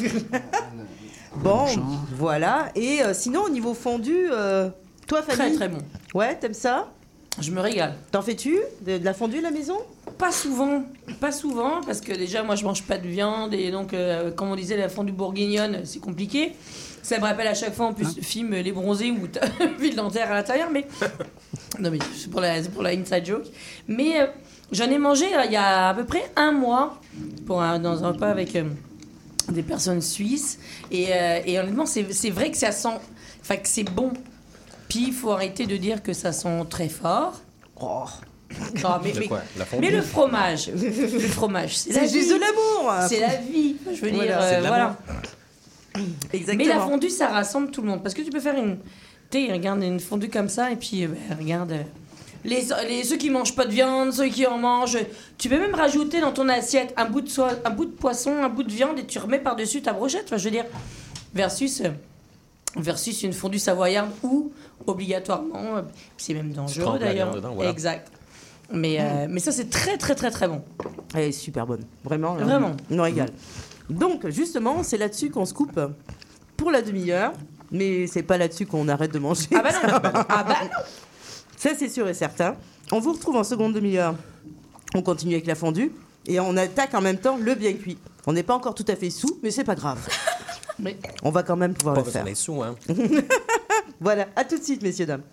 Bon, Genre. voilà. Et euh, sinon, au niveau fondu, euh, toi, Très, Fanny très bon. Ouais, t'aimes ça? Je me régale. T'en fais-tu de, de la fondue à la maison? pas souvent. Pas souvent, parce que déjà, moi, je mange pas de viande. Et donc, euh, comme on disait, la fondue bourguignonne, c'est compliqué. Ça me rappelle à chaque fois, en plus, le film Les Bronzés, où t'as une ville dentaire à l'intérieur. Mais... non, mais c'est pour la, c'est pour la inside joke. Mais euh, j'en ai mangé euh, il y a à peu près un mois, pour un, dans un repas avec... Euh, des personnes suisses et, euh, et honnêtement c'est, c'est vrai que ça sent enfin que c'est bon puis il faut arrêter de dire que ça sent très fort oh. Non, mais, mais, mais le fromage le fromage c'est, c'est juste vie. de l'amour c'est la vie je veux voilà, dire euh, voilà exactement. Mais la fondue ça rassemble tout le monde parce que tu peux faire une tu sais regarde une fondue comme ça et puis euh, ben, regarde euh, Les, les, ceux qui mangent pas de viande, ceux qui en mangent. Tu peux même rajouter dans ton assiette un bout de, so- un bout de poisson, un bout de viande et tu remets par-dessus ta brochette. Enfin, je veux dire, versus, versus une fondue savoyarde où, obligatoirement, c'est même dangereux d'ailleurs. Dedans, voilà. Exact. Mais, euh, mais ça, c'est très, très, très, très bon. Elle est super bonne. Vraiment. Vraiment. On nous régale. Donc, justement, c'est là-dessus qu'on se coupe pour la demi-heure. Mais c'est pas là-dessus qu'on arrête de manger. Ah bah non. Ah bah non. Ça, c'est sûr et certain. On vous retrouve en seconde demi-heure. On continue avec la fondue. Et on attaque en même temps le bien cuit. On n'est pas encore tout à fait sous, mais c'est pas grave. Mais... on va quand même pouvoir pas le faire. On est sous, hein. Voilà, à tout de suite, messieurs, dames.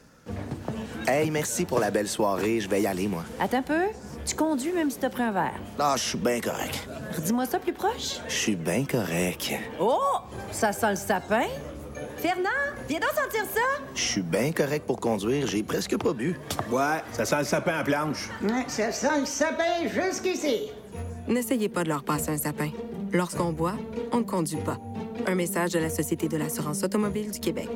Hey, merci pour la belle soirée. Je vais y aller, moi. Attends un peu. Tu conduis même si t'as pris un verre. Ah, je suis bien correct. Redis-moi ça plus proche. Je suis bien correct. Oh! Ça sent le sapin. Fernand, viens donc sentir ça. Je suis bien correct pour conduire. J'ai presque pas bu. Ouais, ça sent le sapin à planche. Ouais, ça sent le sapin jusqu'ici. N'essayez pas de leur passer un sapin. Lorsqu'on boit, on ne conduit pas. Un message de la Société de l'assurance automobile du Québec.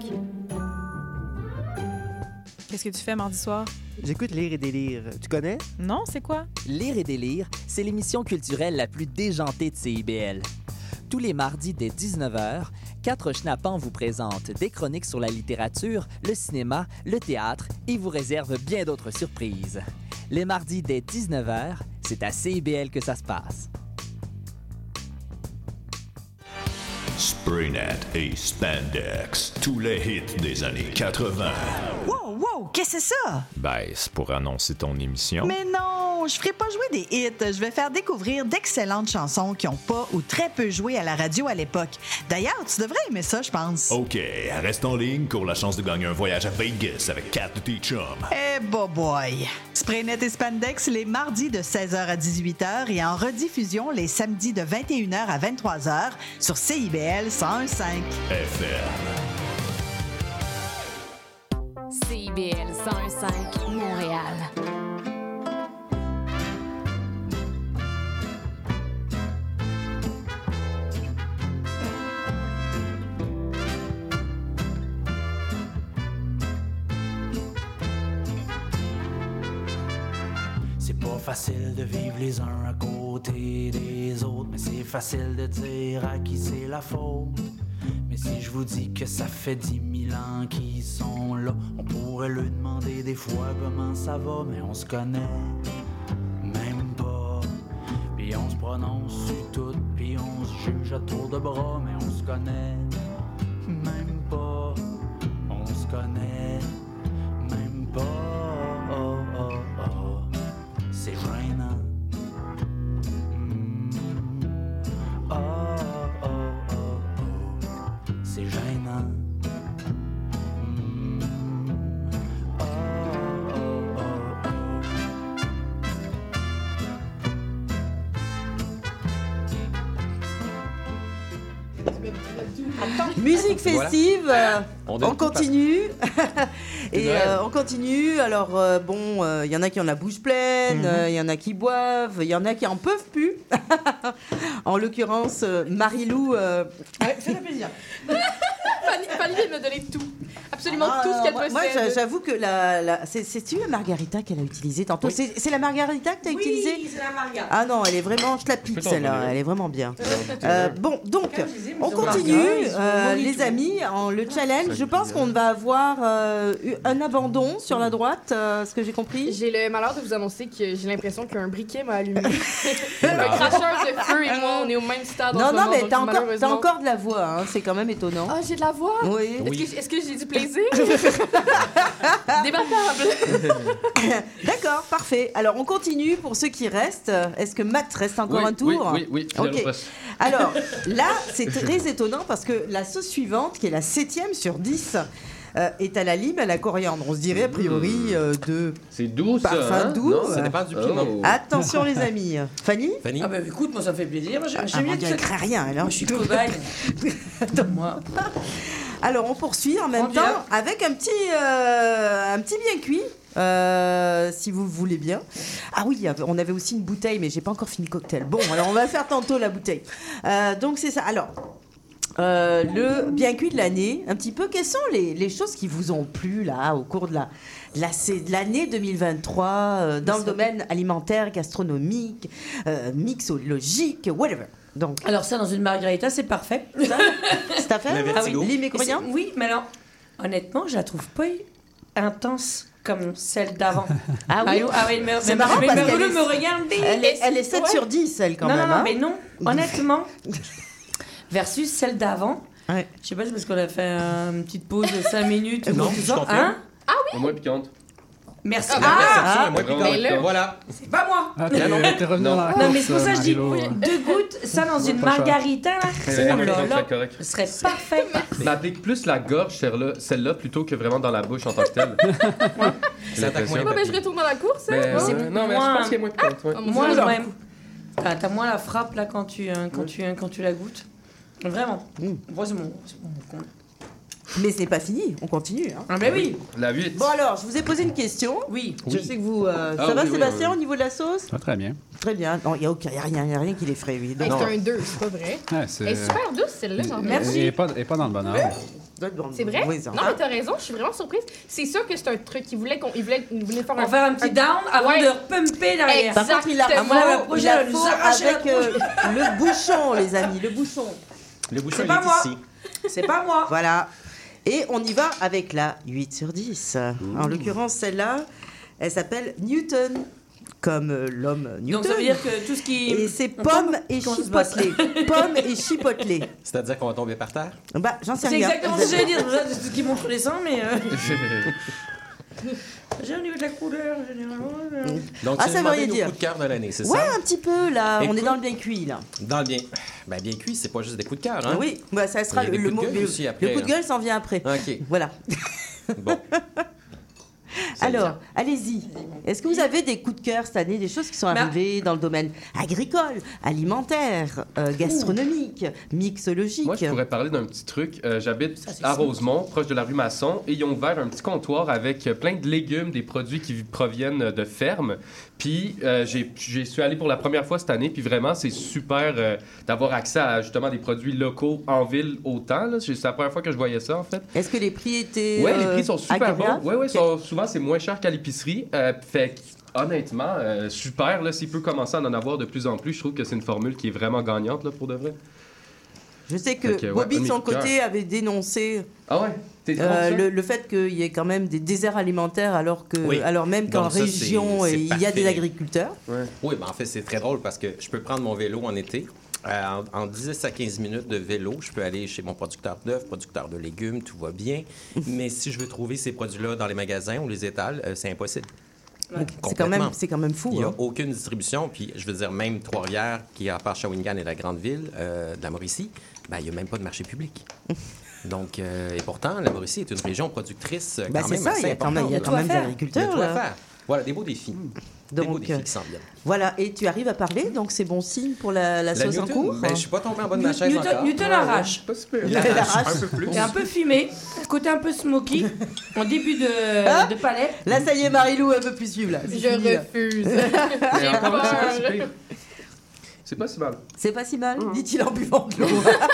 Qu'est-ce que tu fais mardi soir? J'écoute Lire et délire. Tu connais? Non, c'est quoi? Lire et délire, c'est l'émission culturelle la plus déjantée de C I B L. Tous les mardis dès dix-neuf heures, Quatre Schnappants vous présentent des chroniques sur la littérature, le cinéma, le théâtre et vous réservent bien d'autres surprises. Les mardis dès dix-neuf heures, c'est à C I B L que ça se passe. Spraynet et Spandex, tous les hits des années quatre-vingts. Wow, wow, qu'est-ce que c'est ça? Ben, c'est pour annoncer ton émission. Mais non, je ferai pas jouer des hits. Je vais faire découvrir d'excellentes chansons qui ont pas ou très peu joué à la radio à l'époque. D'ailleurs, tu devrais aimer ça, je pense. OK, reste en ligne pour la chance de gagner un voyage à Vegas avec quatre de tes chums. Eh, bah boy! Spraynet et Spandex les mardis de seize heures à dix-huit heures et en rediffusion les samedis de vingt et une heures à vingt-trois heures sur C I B L cent un virgule cinq. F M. C I B L cent un virgule cinq, Montréal. C'est pas facile de vivre les uns à côté des autres, mais c'est facile de dire à qui c'est la faute. Mais si je vous dis que ça fait dix mille ans qu'ils sont là, on pourrait leur demander des fois comment ça va, mais on se connaît même pas. Puis on se prononce sur tout, puis on se juge à tour de bras, mais on se connaît même pas. On se connaît même pas. Oh, oh, oh. C'est gênant. Mm. Oh, oh, oh, oh. C'est gênant. Mm. Oh, oh, oh, oh. Musique festive, voilà. euh, on, on continue. Et euh, on continue. Alors, euh, bon, il euh, y en a qui ont la bouche pleine, il mm-hmm. euh, y en a qui boivent, il y en a qui en peuvent plus. En l'occurrence, euh, Marie-Lou. Euh... Ouais, fais-le plaisir. Fanny, Fanny vient de me donner tout. Absolument ah, tout ce qu'elle moi, possède. Moi, j'avoue que la, la, c'est, c'est-tu la margarita qu'elle a utilisée tantôt? Oui. C'est, c'est la margarita que tu as oui, utilisée? Oui, c'est la margarita. Ah non, elle est vraiment, je la pique celle-là, elle est vraiment bien. Euh, bon, donc, on continue, euh, les amis, en, le challenge. Je pense qu'on va avoir euh, un abandon sur la droite, euh, ce que j'ai compris. J'ai le malheur de vous annoncer que j'ai l'impression qu'un briquet m'a allumé. Un cracheur de feu et moi, on est au même stade. Non, en ce non, moment, mais donc t'as encore, malheureusement... t'as encore de la voix, hein, c'est quand même étonant. Ah, j'ai de la voix? Oui. Est-ce que, est-ce que j'ai du plaisir plaisir. Débattable. D'accord, parfait. Alors, on continue pour ceux qui restent. Est-ce que Matt reste encore Oui, un tour? oui, oui, oui, Ok. Alors, là, c'est très étonnant parce que la sauce suivante, qui est la septième sur dix, euh, est à la lime, à la coriandre. On se dirait, a priori, euh, de C'est doux, ça. parfum hein? doux. Non, ça dépend du piment. Attention, les amis. Fanny? Fanny? Ah bah écoute, moi ça me fait plaisir. Moi, j'aime Ah, bien mon Dieu, elle craint rien, alors. Moi, je suis cobaye. Moi. Alors, on poursuit en même On temps vient. avec un petit, euh, un petit bien cuit. euh, si vous le voulez bien. Ah oui, on avait aussi une bouteille, mais j'ai pas encore fini le cocktail. Bon, alors on va faire tantôt la bouteille. Euh, donc c'est ça. Alors, euh, le bien cuit de l'année, un petit peu. Quelles sont les, les choses qui vous ont plu là au cours de la, de la- de l'année deux mille vingt-trois euh, dans le domaine alimentaire, gastronomique, euh, mixologique, whatever. Donc, Alors ça, dans une margarita, c'est parfait. Ça, c'est à faire. Le hein? vertigo. Lime et Et c'est- coriandre. Oui, mais alors, honnêtement, je la trouve pas intense comme celle d'avant. Ah oui. Ah oui, mais, C'est mais, marrant mais parce me qu'elle me est- regarde. Elle est, elle est sept Ouais. sur dix, elle, quand non, même. non, non, hein. mais non. Honnêtement, versus celle d'avant. Ouais. Je sais pas, c'est parce qu'on a fait euh, une petite pause de cinq minutes. ou Non, tout je ça. confirme. Hein? Au moins piquante. Merci. La Ah, perception ah, est moins vraiment piquante. piquante. Voilà. c'est pas moi. Ah, t'es, t'es revenu Non. dans la Non, mais course, c'est pour ça que je dis Marie-Lou. deux gouttes, ça dans une Pas cher. margarita, là. C'est Oh là correct, là, c'est correct. ce serait parfait. Mais applique plus la gorge, celle-là, celle-là plutôt que vraiment dans la bouche en tant que telle. J'ai Ça attaque l'impression. moins. Bon, ben, je retourne dans la course. hein. Mais, Bon. euh, non, mais je moins- pense qu'elle est moins piquante. ouais. Ah, Moi, Moi, ouais. T'as t'as moins la frappe, là, quand tu, euh, quand tu, euh, quand tu la goûtes. Vraiment. Moi, c'est mon... c'est mon- Mais c'est pas fini, on continue. Hein. Ah ben oui. La huit. Bon alors, je vous ai posé une question. Oui. Je sais que vous... euh, Ah ça va oui, oui, Sébastien oui. au niveau de la sauce? Ah, très bien. Très bien. Non, il n'y a, aucun- y a rien, y a rien qui l'effraie, oui. Hey, Donc, c'est un deux, c'est pas vrai. Ouais, c'est... Elle est super douce, celle-là. j'en ai. Merci. Elle est pas, elle est pas dans le bon ordre. doit être bon. C'est vrai? Oui, ça. Non, mais t'as raison, je suis vraiment surprise. C'est sûr que c'est un truc. Il voulait qu'on il voulait, il voulait faire On va faire un petit down avant Ouais. de repumper derrière. Par contre, il a Exactement. Moi, la il prochaine, a elle nous faux arrache la avec euh, le bouchon, les amis, le bouchon. Le bouchon, C'est il pas est moi. ici. C'est pas moi. Voilà. Et on y va avec la huit sur dix. En l'occurrence, celle-là, elle s'appelle Newton, comme euh, l'homme Newton. Donc ça veut dire que tout ce qui... Et c'est On pomme tombe et Comment ça se passe chipotelé. Pomme et chipotelé. C'est-à-dire qu'on va tomber par terre? Bah, j'en sais C'est rien. exactement ce que j'allais dire. C'est tout ce qui montre tous les sens, mais... Euh... J'ai au niveau de la couleur, généralement... euh, Donc, Ah, tu ça nous veut demandais rien nos dire. coups de cœur de l'année, c'est Ouais, ça? un petit peu, là. On est Écoute, dans le bien cuit, là. Dans le bien... Ben, bien cuit, c'est pas juste des coups de cœur, hein? Oui, bah, ça sera Il y a le, des le coups de mot. gueule Le, aussi après, le coup de hein. gueule s'en vient après. OK. Voilà. Bon. Alors, allez-y. Est-ce que vous avez des coups de cœur cette année, des choses qui sont Bah. arrivées dans le domaine agricole, alimentaire, euh, gastronomique, mixologique? Moi, je pourrais parler d'un petit truc. Euh, J'habite c'est à simple. Rosemont, proche de la rue Masson, et ils ont ouvert un petit comptoir avec euh, plein de légumes, des produits qui proviennent de fermes. Puis, euh, j'ai- j'y suis allé pour la première fois cette année, puis vraiment, c'est super euh, d'avoir accès à justement des produits locaux en ville autant. là. C'est la première fois que je voyais ça, en fait. Est-ce que les prix étaient. Ouais, les euh, prix sont super agréables? bons. Ouais, ouais, sont- souvent c'est moins cher qu'à l'épicerie. Euh, fait que, honnêtement, euh, super. Là, s'il peut commencer à en avoir de plus en plus, je trouve que c'est une formule qui est vraiment gagnante là, pour de vrai. Je sais que, Fait que, ouais, Bobby, un de de son mes coups de côté, avait dénoncé Ah ouais? T'es trop euh, ça? le, le fait qu'il y ait quand même des déserts alimentaires, alors, que, Oui. alors même qu'en Donc ça, région, c'est- c'est il y a des parfait. agriculteurs. Ouais. Oui, ben en fait, c'est très drôle parce que je peux prendre mon vélo en été. Euh, en, en dix à quinze minutes de vélo, je peux aller chez mon producteur d'œufs, producteur de légumes, tout va bien. Mais si je veux trouver ces produits-là dans les magasins ou les étals, euh, c'est impossible. C'est quand, même, Complètement. c'est quand même fou. Il n'y a hein. aucune distribution. Puis, je veux dire, même Trois-Rivières, qui est à part Shawinigan et la grande ville euh, de la Mauricie, ben, il n'y a même pas de marché public. Donc, euh, et pourtant, la Mauricie est une région productrice euh, Bah, quand c'est même ça, assez il y a quand même, il y a importante. quand même des Il y a agriculteurs. tout à là. faire. Voilà, des beaux défis. Des beaux Donc, défis euh, qui s'en viennent. Voilà, et tu arrives à parler, donc c'est bon signe pour la, la La sauce en Newton, cours. ben, je suis pas tombé en bas de ma chaise Newton, encore. Newton Ouais, arrache. Pas super. Il arrache. Un peu plus. Et un peu fumé, côté un peu smoky, en début de, de palais. Là, ça y est, Marie-Lou, elle veut plus suivre. Là. C'est Je fini, là. refuse. Mais J'ai encore là, c'est pas si peur. pire. C'est pas si mal. C'est pas si mal, Mmh. dit-il en buvant de l'eau.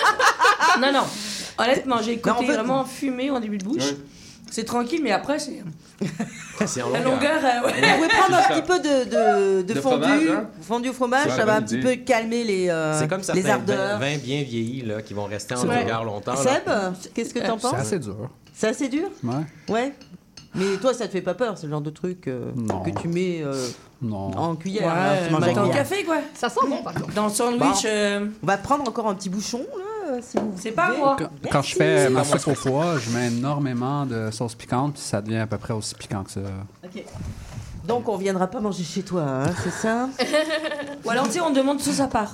Non, non. Honnêtement, j'ai Non, en écouté fait- vraiment fumé en début de bouche. Ouais. C'est tranquille, mais après, c'est C'est en la longueur. longueur. euh, ouais. Vous pouvez prendre un C'est petit ça. peu de, de, de De fondu, fromage, hein? fondu au fromage, C'est ça la va un bonne petit idée. peu calmer les, euh, C'est comme les certains ardeurs. vins, vins bien vieillis là, qui vont rester en C'est vrai. longueur longtemps. là. Seb, qu'est-ce que t'en C'est penses? assez dur. C'est assez dur? Ouais. Ouais. Mais toi, ça te fait pas peur, ce genre de truc euh, Non. que tu mets euh, Non. en cuillère, Ouais, hein, tu manges matin avec au cuillère. café, quoi. Ça sent bon, par contre. Dans le sandwich. Bon. euh, On va prendre encore un petit bouchon, là. euh, si vous C'est pas voulez. moi. Quand, quand je fais ma soupe au pois, je mets énormément de sauce piquante, puis ça devient à peu près aussi piquant que ça. OK. Donc, on viendra pas manger chez toi, hein, c'est ça? Ou alors, tu sais, on demande sauce à part.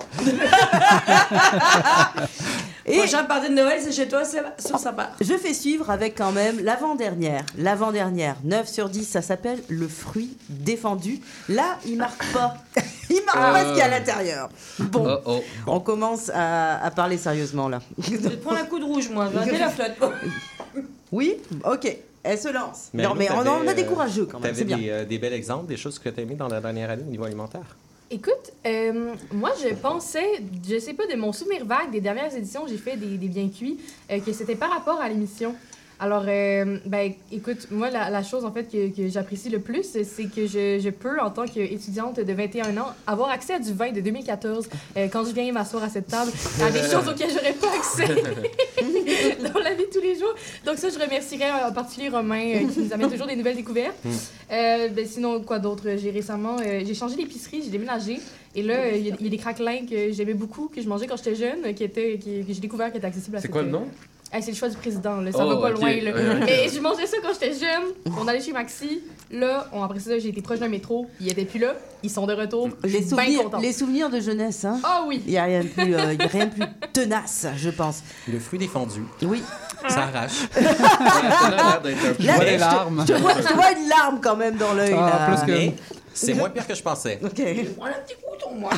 Et prochain party de Noël, c'est chez toi, c'est sauce à part. je fais suivre avec quand même l'avant-dernière. L'avant-dernière, neuf sur dix, ça s'appelle le fruit défendu. Là, il marque pas. Il marque Euh. pas ce qu'il y a à l'intérieur. Bon, Oh, oh. on commence à, à parler sérieusement, là. Je vais te prendre un coup de rouge, moi. Je vais rater la flotte. Oui? OK. Elle se lance. Mais non, Arnaud, mais on, t'avais, on a des euh, courageux quand même, T'avais c'est bien. des, euh, des bels exemples, des choses que tu as aimées dans la dernière année au niveau alimentaire? Écoute, euh, moi, je pensais, je sais pas, de mon souvenir vague des dernières éditions, j'ai fait des, des bien cuits, euh, que c'était par rapport à l'émission. Alors, euh, ben, écoute, moi, la, la chose, en fait, que, que j'apprécie le plus, c'est que je, je peux, en tant qu'étudiante de vingt et un ans, avoir accès à du vin de deux mille quatorze euh, quand je viens m'asseoir à cette table, à des choses auxquelles j'aurais pas accès dans la vie de tous les jours. Donc ça, je remercierais en particulier Romain, euh, qui nous amène toujours des nouvelles découvertes. Euh, ben, sinon, quoi d'autre? J'ai récemment, euh, j'ai changé d'épicerie, j'ai déménagé. Et là, il y, a- y a des craquelins que j'aimais beaucoup, que je mangeais quand j'étais jeune, qui étaient, qui, que j'ai découvert qui étaient accessibles à C'est cette- quoi le nom? Hey, c'est le choix du président, là. Ça Oh, va pas ok. loin, là. Ouais, ok. Mais je mangeais ça quand j'étais jeune. On allait chez Maxi. Là, on, après ça, j'ai été proche d'un métro. Ils étaient plus là. Ils sont de retour. Les Je suis bien souvenirs, contente. les souvenirs de jeunesse, hein? Ah oui! Il n'y a rien de plus, euh, il y a rien de plus tenace, je pense. Le fruit défendu. Oui. Ça arrache. Ça a l'air d'être un peu- Là, vois je des te- larmes. Je te vois, je te vois une larme quand même dans l'œil, Ah, là. plus que- Mais c'est moins pire que je pensais. OK. Prends un petit couteau, moi.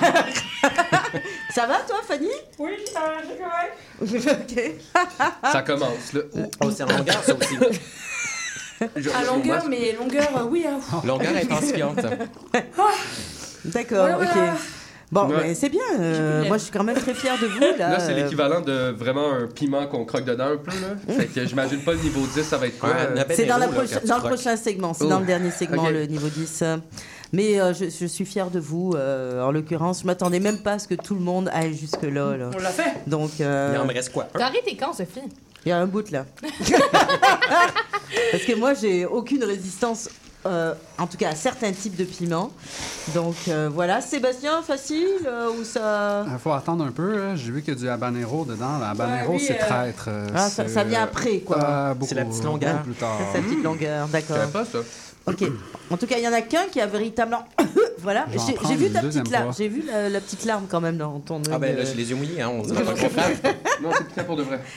Ça va, toi, Fanny? Oui, ça va, c'est correct. OK. Ça commence, là. Ouh. Oh, c'est en longueur, ça aussi. Je- À longueur, mais longueur, euh, oui. Hein. Longueur intensifiante. D'accord, Voilà, OK. voilà. Bon, Ouais. mais c'est bien. euh, J'ai plus de moi, je suis quand même très fière de vous, là. Là, c'est Euh, l'équivalent de vraiment un piment qu'on croque dedans un peu, là. Fait que j'imagine pas le niveau dix, ça va être quoi? Ouais, euh, un C'est dans, la Habanero, là, proche- quand tu dans le croques. prochain segment, c'est Oh. dans le dernier segment, Ok. le niveau dix. Mais euh, je, je suis fière de vous, euh, en l'occurrence. Je m'attendais même pas à ce que tout le monde aille jusque-là. Là. On l'a fait. Donc, euh, Il en me reste quoi? T'as arrêté quand, Sophie? il y a un bout là. Parce que moi, j'ai aucune résistance, euh, en tout cas à certains types de piments. Donc euh, voilà. Sébastien, facile euh, ou ça... Il faut attendre un peu. hein. J'ai vu qu'il y a du habanero dedans. Le habanero, Ouais, lui, c'est euh, traître. euh, Ah, ça- c'est- ça vient après, quoi. Euh, beaucoup- C'est la petite longueur. beaucoup plus tard. Sa petite longueur, Je d'accord. savais pas ça. Ok. En tout cas, il y en a qu'un qui a véritablement. Voilà. Je vais en J'ai prendre j'ai vu une ta deuxième petite larme. fois. J'ai vu la, la petite larme quand même dans ton œil. Ah ben là, euh. j'ai les yeux mouillés, hein, on dirait pas le contraire. Non, c'est piquant pour de vrai.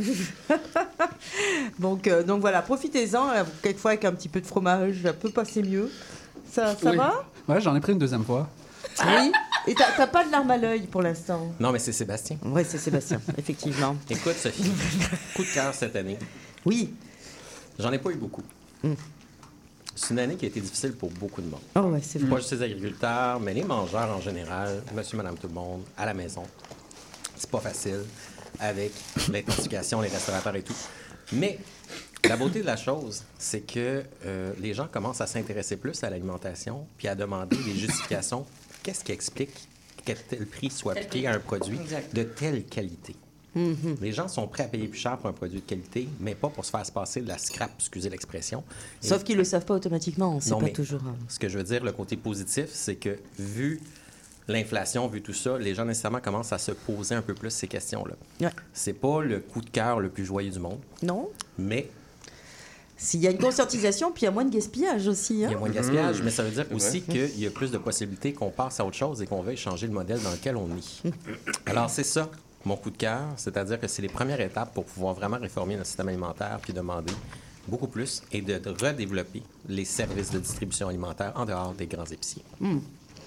donc, euh, donc voilà, profitez-en. euh, Quelquefois avec un petit peu de fromage, ça peut passer mieux. Ça, ça Oui. va? Ouais, j'en ai pris une deuxième fois. Oui. Et t'as t'as pas de larmes à l'œil pour l'instant? Non, mais c'est Sébastien. Oui, c'est Sébastien, effectivement. Écoute, Sophie, coup de cœur cette année. Oui. J'en ai pas eu beaucoup. Mm. C'est une année qui a été difficile pour beaucoup de monde. Oh ouais, c'est Pas vrai. juste les agriculteurs, mais les mangeurs en général, monsieur, madame, tout le monde, à la maison. C'est pas facile avec l'intensification, les restaurateurs et tout. Mais la beauté de la chose, c'est que euh, les gens commencent à s'intéresser plus à l'alimentation puis à demander des justifications. Qu'est-ce qui explique que tel prix soit Tel appliqué prix. à un produit Exact. de telle qualité? Mhm. Les gens sont prêts à payer plus cher pour un produit de qualité, mais pas pour se faire se passer de la scrap, excusez l'expression. Et- Sauf qu'ils le savent pas automatiquement. C'est Non, pas mais toujours. euh, Ce que je veux dire, le côté positif, c'est que vu l'inflation, vu tout ça, les gens nécessairement commencent à se poser un peu plus ces questions-là. Ouais. C'est pas le coup de cœur le plus joyeux du monde, Non? mais S'il y a une conscientisation, puis il y a moins de gaspillage aussi. Hein? il y a moins de gaspillage, mais ça veut dire C'est aussi vrai. qu'il y a plus de possibilités qu'on passe à autre chose et qu'on veuille changer le modèle dans lequel on est. Alors, c'est ça, mon coup de cœur, c'est-à-dire que c'est les premières étapes pour pouvoir vraiment réformer notre système alimentaire puis demander beaucoup plus et de, de redévelopper les services de distribution alimentaire en dehors des grands épiciers. Hmm.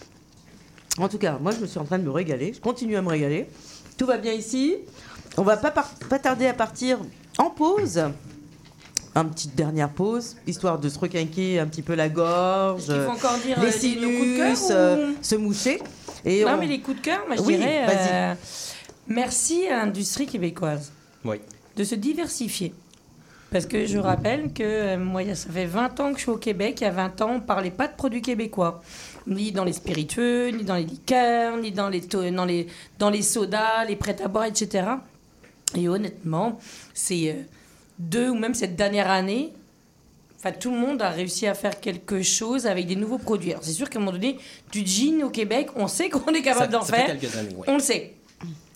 En tout cas, moi, je me suis en train de me régaler. Je continue à me régaler. Tout va bien ici. On va pas, par- pas tarder à partir en pause. Une petite dernière pause, histoire de se requinquer un petit peu la gorge, Est-ce qu'il faut encore dire, les euh, des- nos coups de cœur sinus, ou- euh, se moucher. Et Non, on- mais les coups de cœur, moi, je Oui, dirais... vas-y. euh, merci à l'industrie québécoise Oui. de se diversifier. Parce que je rappelle que euh, moi, il y a- ça fait vingt ans que je suis au Québec. Il y a vingt ans, on ne parlait pas de produits québécois. Ni dans les spiritueux, ni dans les liqueurs, ni dans les, to- dans les, dans les sodas, les prêts-à-boire, et cetera. Et honnêtement, c'est euh, deux ou même cette dernière année, enfin, tout le monde a réussi à faire quelque chose avec des nouveaux produits. Alors, c'est sûr qu'à un moment donné, du gin au Québec, on sait qu'on est capable Ça- d'en ça fait faire. quelques années, oui. On le sait.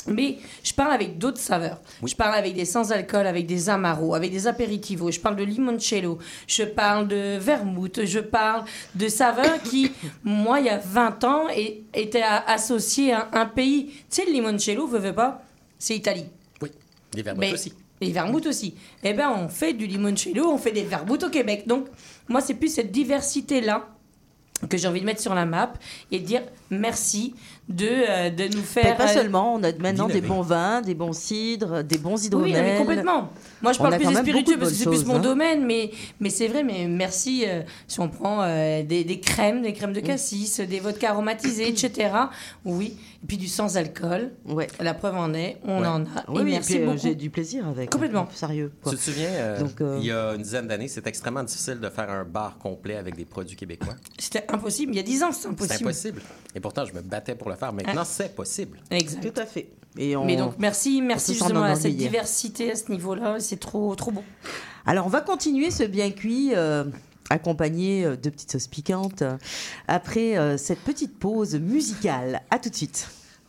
Mais je parle avec d'autres saveurs. Oui. Je parle avec des sans-alcool, avec des amaros, avec des apéritivos. Je parle de limoncello. Je parle de vermouth. Je parle de saveurs qui, moi, il y a vingt ans, et, étaient associées à un pays. Tu sais, le limoncello, veux, veux pas, c'est Italie. Oui, les vermouths Mais, aussi. Les vermouths aussi. Eh bien, on fait du limoncello, on fait des vermouths au Québec. Donc, moi, c'est plus cette diversité-là que j'ai envie de mettre sur la map et de dire merci de, euh, de nous faire... Mais pas seulement, on a maintenant D'innover. des bons vins, des bons cidres, des bons hydromels. Oui, mais complètement. Moi, je On parle a plus quand des même spiritueux beaucoup de parce que c'est bonnes plus mon choses, hein. domaine, mais, mais c'est vrai, mais merci euh, si on prend euh, des, des crèmes, des crèmes de cassis, des vodkas aromatisés, et cetera. Oui, et puis du sans-alcool. Ouais. La preuve en est, on Ouais. en a. Oui, et oui, merci et puis, euh, beaucoup. j'ai du plaisir avec. Complètement. Sérieux. Quoi. Tu te souviens, euh, Donc, euh, il y a une dizaine d'années, c'était extrêmement difficile de faire un bar complet avec des produits québécois. C'était impossible. Il y a dix ans, c'était impossible. C'est impossible. Et pourtant, je me battais pour le faire. Maintenant, Hein? c'est possible. Exact. Tout à fait. Et on... Mais donc, merci, merci on peut s'en justement à cette enorgueillir. diversité à ce niveau-là. C'est trop, trop beau. Alors, on va continuer ce bien cuit. Euh... accompagné euh, de petites sauces piquantes, euh, après euh, cette petite pause musicale. À tout de suite.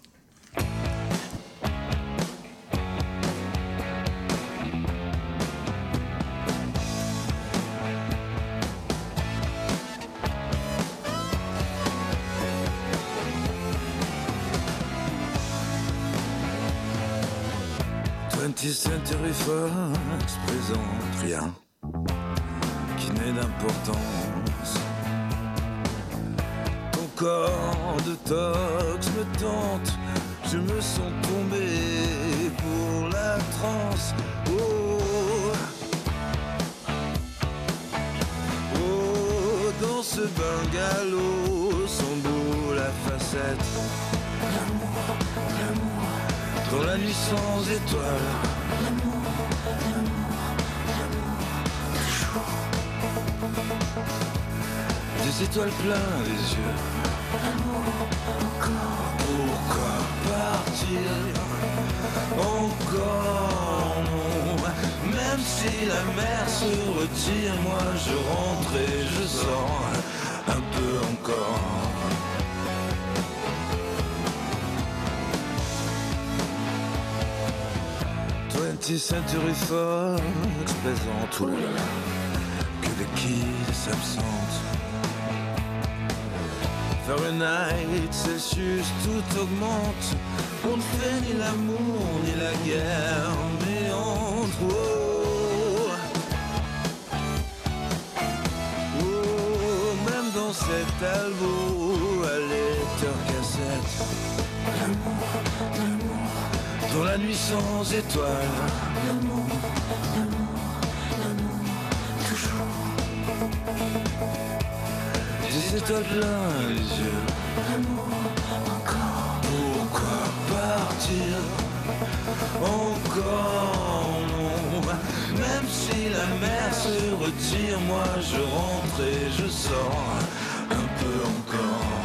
twentieth Century Fox présente rien qui n'est d'importance. Ton corps de tox me tente, je me sens tombé pour la transe. Oh, oh, dans ce bungalow sont beaux la facette. L'amour, l'amour, dans la nuit sans étoiles. L'amour, l'amour, l'amour, toujours. Des étoiles plein les yeux. L'amour, encore. Pourquoi partir? Encore non. Même si la mer se retire, moi je rentre et je sors un peu encore. twentieth Century Fox présente, oh là là, que le kids s'absente. Fahrenheit, Celsius, tout augmente. On ne fait ni l'amour ni la guerre, mais entre oh, oh, même dans cet albo à lecteur cassette. L'amour, l'amour, dans la nuit sans étoiles. L'amour, l'amour, l'amour, toujours. Des étoiles plein les yeux. L'amour, encore. Pourquoi partir? Encore non. Même si la mer se retire, moi je rentre et je sors un peu encore.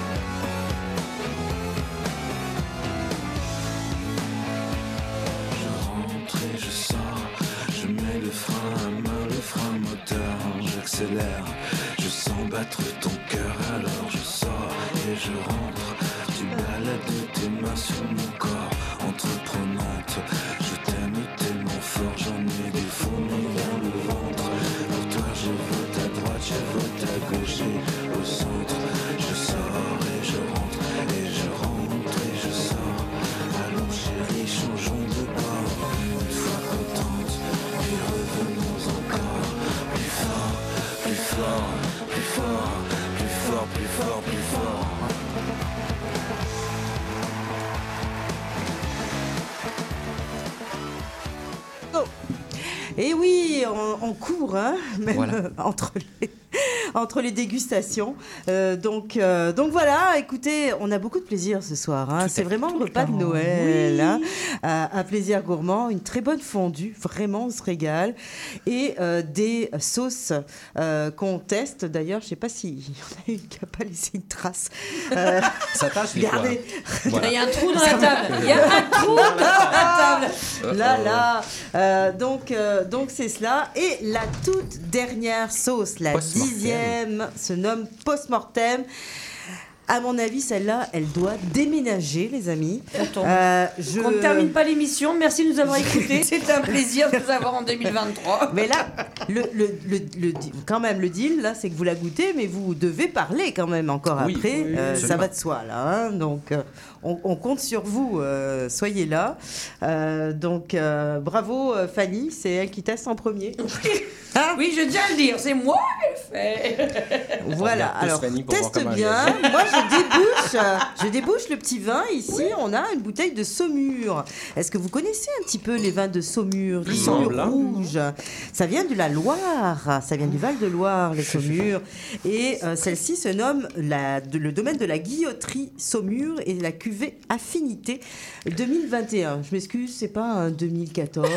Je rentre et je sors. Je mets le frein à main, le frein moteur. J'accélère. Je sens battre ton cœur, alors je sors et je rentre. Tu balades tes mains sur mon corps, entreprenante. Je t'aime tellement fort, j'en ai des fourmis dans le ventre. Pour toi je vote à droite, je vote à gauche et au centre. Je sors et je rentre, et je rentre et je sors. Allons chérie, changeons de bord. Une fois contente, et revenons encore. Plus fort, plus fort. Plus fort, plus fort, plus fort, plus fort. Oh. Et oui, on, on court, hein, même Voilà. euh, entre les, entre les dégustations. Euh, donc, euh, donc voilà, écoutez, on a beaucoup de plaisir ce soir. Hein. C'est vraiment le repas de Noël. Oui. Hein. Euh, un plaisir gourmand, une très bonne fondue, vraiment on se régale. Et euh, des sauces euh, qu'on teste. D'ailleurs, je ne sais pas s'il y en a une qui n'a pas laissé une trace. Euh, Ça tâche des fois. regardez. Voilà. Il y a un trou dans la table. Il y a un trou dans la table. Là, là. Euh, donc, euh, donc c'est cela. Et la toute dernière sauce, la Post-mortem. dixième, se nomme post-mortem. À mon avis, celle-là, elle doit déménager, les amis. Attends. Euh, je... On ne termine pas l'émission. Merci de nous avoir écoutés. C'était un plaisir de vous avoir en deux mille vingt-trois. Mais là, le, le, le, le, quand même, le deal, là, c'est que vous la goûtez, mais vous devez parler quand même encore Oui, après. oui, Euh, absolument. ça va de soi, là. Hein, donc, euh, on, on compte sur vous. Euh, soyez là. Euh, donc, euh, bravo, euh, Fanny. C'est elle qui teste en premier. Hein? Oui, je tiens à le dire. C'est moi qui l'ai fait. Voilà. regarde tous Alors, Fanny pour voir teste comment bien. elle Moi, je débouche, euh, je débouche le petit vin. Ici, on a une bouteille de Saumur. Est-ce que vous connaissez un petit peu les vins de Saumur, les Il Saumur semble, hein. rouges? Ça vient de la Loire. Ça vient du Val-de-Loire, les Saumur. Et euh, celle-ci se nomme la, de- le domaine de la Guilloterie Saumur et la cuvée Affinité deux mille vingt et un. Je m'excuse, c'est pas un deux mille quatorze.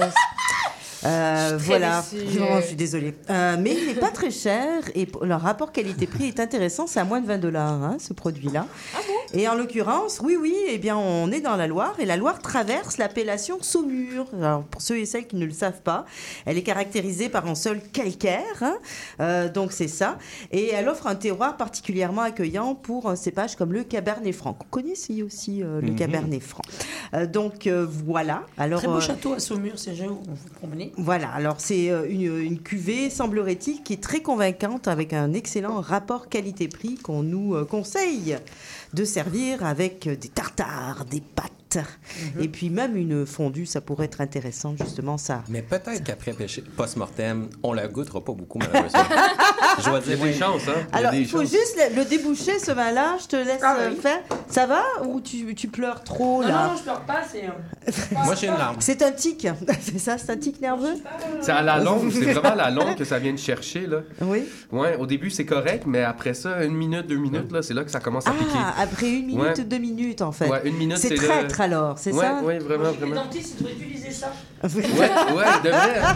Euh, très voilà, déçue. Non, je suis désolée. Euh, mais il n'est pas très cher et p- le rapport qualité-prix est intéressant. C'est à moins de vingt dollars, hein, ce produit-là. Et en l'occurrence, oui, oui, eh bien, on est dans la Loire et la Loire traverse l'appellation Saumur. Alors, pour ceux et celles qui ne le savent pas, elle est caractérisée par un sol calcaire, hein, euh, donc c'est ça. Et elle offre un terroir particulièrement accueillant pour un cépage comme le Cabernet Franc. Vous connaissez aussi euh, le Mhm. Cabernet Franc. Euh, donc euh, voilà. Alors, Très beau euh, château à Saumur, c'est là où on vous promenez. voilà, alors c'est euh, une, une cuvée, semblerait-il, qui est très convaincante avec un excellent rapport qualité-prix qu'on nous euh, conseille de servir avec euh, des tartares, des pâtes et puis même une fondue, ça pourrait être intéressant justement ça. Mais peut-être qu'après péché- post-mortem, on la goûtera pas beaucoup, malheureusement. Je dois dire, Il y a des oui. chances, hein? Il y a Alors des il faut chances. juste le, le déboucher ce vin-là, je te laisse Ah, euh, oui. faire. Ça va ou tu, tu pleures trop Non, là? non, non, je pleure pas, c'est... euh, Moi, j'ai une larme. C'est un tic, c'est ça, c'est un tic nerveux? C'est à la longue, c'est vraiment à la longue que ça vient de chercher, là. Oui. Ouais, au début, c'est correct, mais après ça, une minute, deux minutes, là, c'est là que ça commence à piquer. Ah, après une minute, Ouais. deux minutes en fait. Ouais, une minute, c'est c'est traître le- alors, c'est Ouais, ça? ouais, vraiment, Les vraiment. dentistes, ils devraient utiliser ça. Ouais, ouais, il devrait. hein.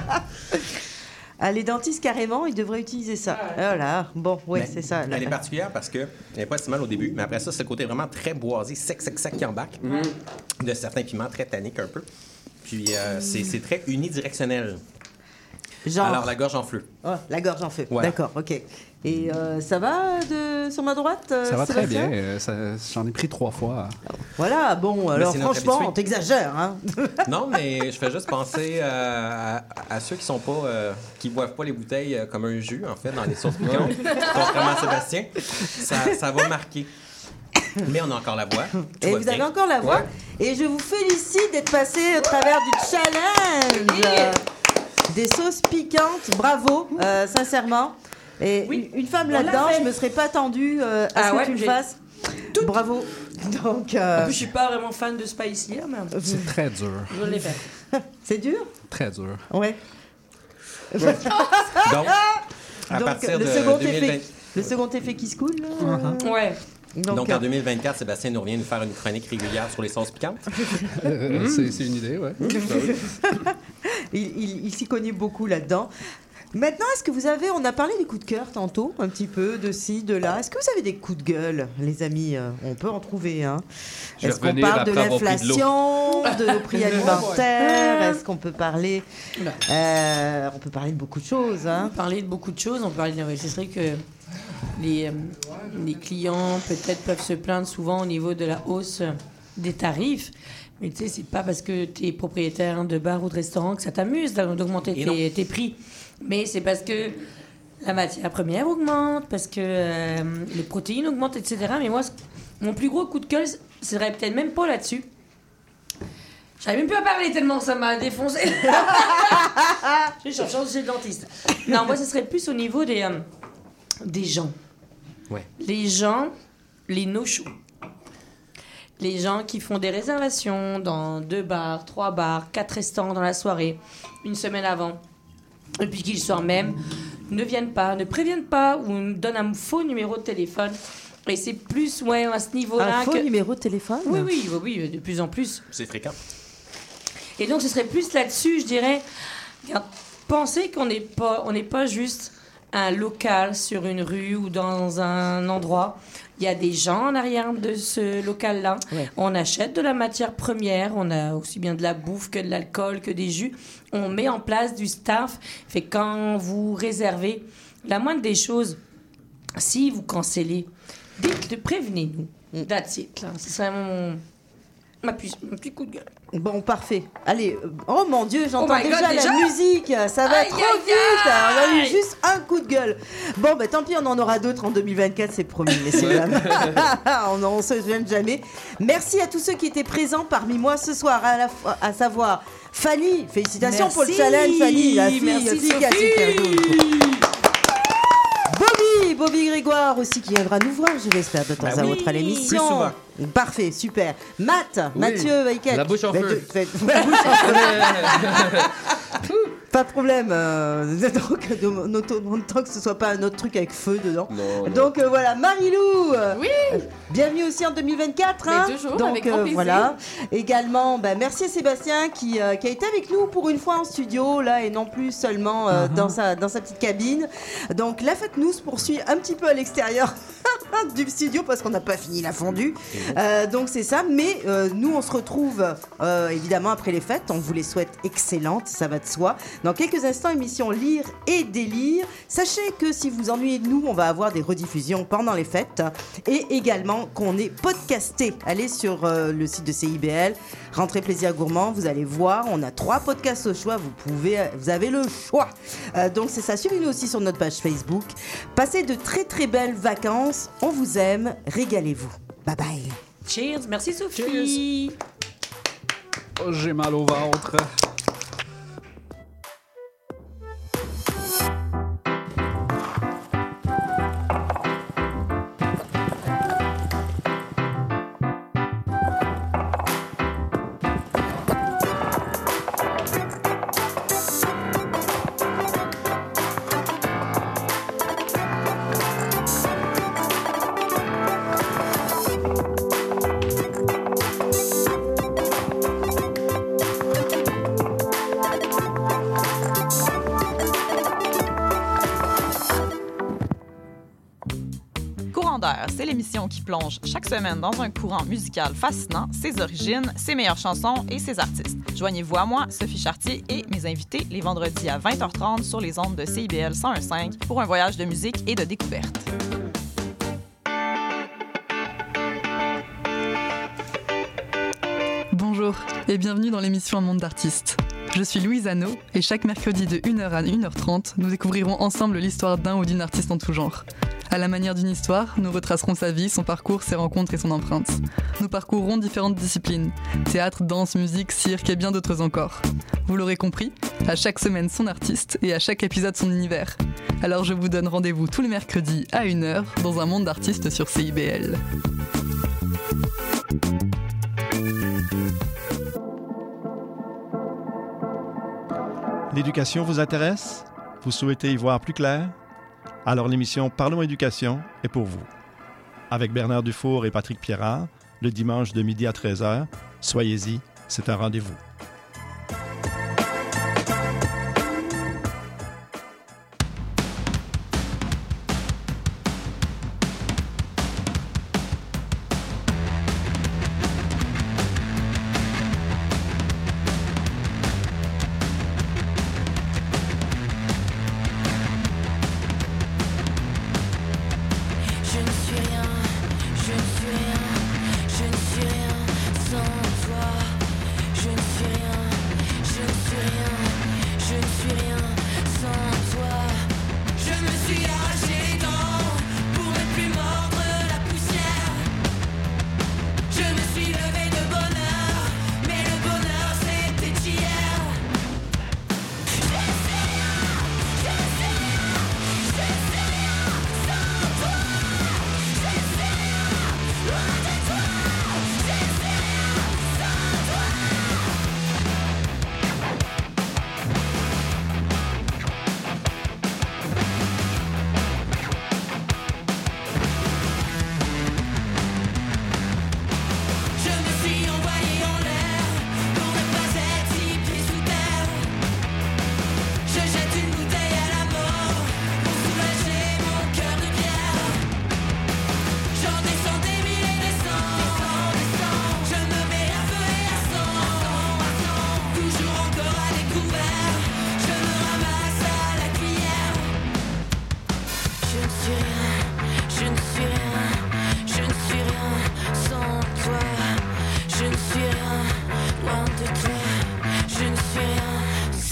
Ah, les dentistes, carrément, ils devraient utiliser ça. Voilà, bon, oui, Mais c'est ça. Elle est particulière parce qu'elle n'est pas si mal au début, mais après ça, c'est le côté vraiment très boisé, sec, sec, sec qui embarque. De certains piments très tanniques un peu. Puis euh, c'est c'est très unidirectionnel. Genre. Alors, la gorge en feu. Oh, la gorge en feu. Voilà. D'accord, ok. Et euh, ça va de... sur ma droite euh, Ça va très Sébastien? bien. euh, ça- J'en ai pris trois fois. Voilà, bon, alors c'est notre franchement, habitué. on t'exagère, hein? Non, mais je fais juste penser euh, à, à ceux qui sont pas, euh, qui boivent pas les bouteilles euh, comme un jus, en fait, dans les sauces piquantes. Contrairement à Sébastien, ça, ça va marquer. Mais on a encore la voix. Tout Et va vous bien. avez encore la voix. Ouais. Et je vous félicite d'être passé au travers du challenge euh, des sauces piquantes. Bravo, euh, sincèrement. Et Oui, une, une femme on l'a là-dedans, fait. je me serais pas attendue euh, à Ah ce que ouais, tu le j'ai- fasses. Bravo. Donc, En euh, plus, je suis pas vraiment fan de Spicy, hein, mais C'est très dur. je l'ai fait. c'est dur? Très dur. Ouais. Donc, à Donc, partir le, de second deux mille vingt... effet, le second effet qui se coule. là, euh, Ouais. Donc, Donc, euh, en deux mille vingt-quatre, Sébastien nous revient nous faire une chronique régulière sur les sauces piquantes. Euh, c'est- C'est une idée, ouais. il, il- il s'y connaît beaucoup là-dedans. Maintenant, est-ce que vous avez... On a parlé des coups de cœur tantôt, un petit peu, de ci, de là. Est-ce que vous avez des coups de gueule, les amis? Euh, On peut en trouver, hein. Je vais Est-ce qu'on revenir parle de après avoir pris de l'inflation, de nos prix Ouais. alimentaires? Est-ce qu'on peut parler... euh, on peut parler de beaucoup de choses, On hein. peut parler de beaucoup de choses. On peut parler de... C'est vrai que les, euh, les clients, peut-être, peuvent se plaindre souvent au niveau de la hausse des tarifs. Mais tu sais, c'est pas parce que tu es propriétaire de bar ou de restaurant que ça t'amuse d'augmenter Et non. tes, tes prix. Mais c'est parce que la matière première augmente, parce que euh, les protéines augmentent, et cetera. Mais moi, ce- mon plus gros coup de gueule, ce serait peut-être même pas là-dessus. J'arrive même plus à parler tellement ça m'a défoncé. Je suis changé chez le dentiste. Non, moi, ce serait plus au niveau des, euh, des gens. Ouais. Les gens, les no-shows. Les gens qui font des réservations dans deux bars, trois bars, quatre restaurants dans la soirée, une semaine avant, et puis qui le soir même ne viennent pas, ne préviennent pas ou nous donnent un faux numéro de téléphone. Et c'est plus, ouais, à ce niveau-là Un faux que... numéro de téléphone? Oui, oui, oui, oui, de plus en plus. C'est fréquent. Et donc, ce serait plus là-dessus, je dirais. Regarde, pensez qu'on n'est pas, on n'est pas juste un local sur une rue ou dans un endroit. Il y a des gens en arrière de ce local-là. Ouais. On achète de la matière première. On a aussi bien de la bouffe que de l'alcool, que des jus. On met en place du staff. Fait que quand vous réservez, la moindre des choses, si vous cancellez, Dites, prévenez-nous. That's it, là. Ce serait mon... Ma plus, mon plus coup de gueule. Bon, parfait. Allez, euh, oh mon Dieu, j'entends Oh my déjà, God, la déjà musique. Ça va Aïe, trop aïe, vite. aïe. On a eu juste un coup de gueule. Bon, bah tant pis, on en aura d'autres en deux mille vingt-quatre, c'est promis, messieurs Ouais. dames. on ne se gêne jamais. Merci à tous ceux qui étaient présents parmi moi ce soir, à, la fois- à savoir Fanny. Félicitations Merci. pour le challenge, Fanny. La fille, Merci, la fille qui a Sophie. super douce. Bobby, Bobby Grégoire aussi qui viendra nous voir, je l'espère, de temps Bah à oui, autre à l'émission. plus souvent. Parfait, super. Matt, Oui. Mathieu, Weikel. La bouche en Bah, feu. de- fait- la bouche en feu. Pas de problème. euh, donc, de- notre- tant que ce soit pas un autre truc avec feu dedans. Non, non. Donc euh, voilà, Marilou. euh, Oui. euh, Bienvenue aussi en deux mille vingt-quatre. Mais Hein. toujours, donc avec grand plaisir. voilà. Également, bah, merci à Sébastien qui, euh, qui a été avec nous pour une fois en studio là et non plus seulement euh, dans sa dans sa petite cabine. Donc la fête nous se poursuit un petit peu à l'extérieur du studio parce qu'on n'a pas fini la fondue. Euh, donc c'est ça. Mais euh, nous on se retrouve euh, évidemment après les fêtes. On vous les souhaite excellentes, ça va de soi. Dans quelques instants, émission Lire et Délire. Sachez que si vous ennuyez de nous, on va avoir des rediffusions pendant les fêtes et également qu'on est podcasté. Allez sur euh, le site de C I B L, Rentrée Plaisir Gourmand, vous allez voir, on a trois podcasts au choix, vous pouvez, vous avez le choix. Euh, donc c'est ça, suivez-nous aussi sur notre page Facebook. Passez de très très belles vacances, on vous aime, régalez-vous. Bye bye. Cheers. Merci, Sophie. Oh, j'ai mal au ventre. Courant d'air, c'est l'émission qui plonge chaque semaine dans un courant musical fascinant, ses origines, ses meilleures chansons et ses artistes. Joignez-vous à moi, Sophie Chartier, et mes invités les vendredis à vingt heures trente sur les ondes de C I B L cent un virgule cinq pour un voyage de musique et de découverte. Bonjour et bienvenue dans l'émission Un monde d'artistes. Je suis Louise Anneau et chaque mercredi de une heure à une heure trente, nous découvrirons ensemble l'histoire d'un ou d'une artiste en tout genre. À la manière d'une histoire, nous retracerons sa vie, son parcours, ses rencontres et son empreinte. Nous parcourrons différentes disciplines, théâtre, danse, musique, cirque et bien d'autres encore. Vous l'aurez compris, à chaque semaine son artiste et à chaque épisode son univers. Alors je vous donne rendez-vous tous les mercredis à une heure dans un monde d'artistes sur C I B L. L'éducation vous intéresse? Vous souhaitez y voir plus clair? Alors l'émission Parlons éducation est pour vous. Avec Bernard Dufour et Patrick Pierrard, le dimanche de midi à treize heures, soyez-y, c'est un rendez-vous. Je ne suis rien, je ne suis rien, je ne suis rien sans toi. Je ne suis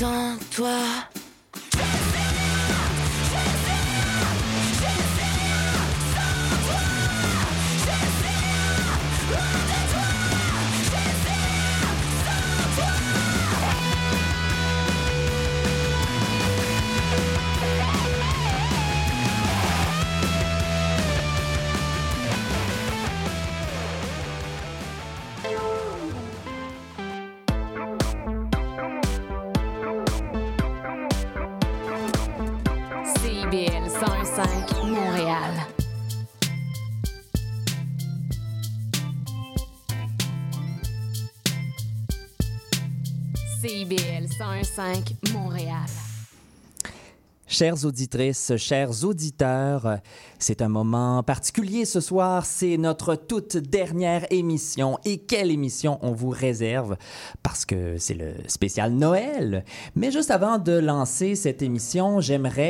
sans toi. C I B L cent un virgule cinq Montréal. C I B L cent un virgule cinq Montréal. Chères auditrices, chers auditeurs, c'est un moment particulier ce soir. C'est notre toute dernière émission. Et quelle émission on vous réserve? Parce que c'est le spécial Noël. Mais juste avant de lancer cette émission, j'aimerais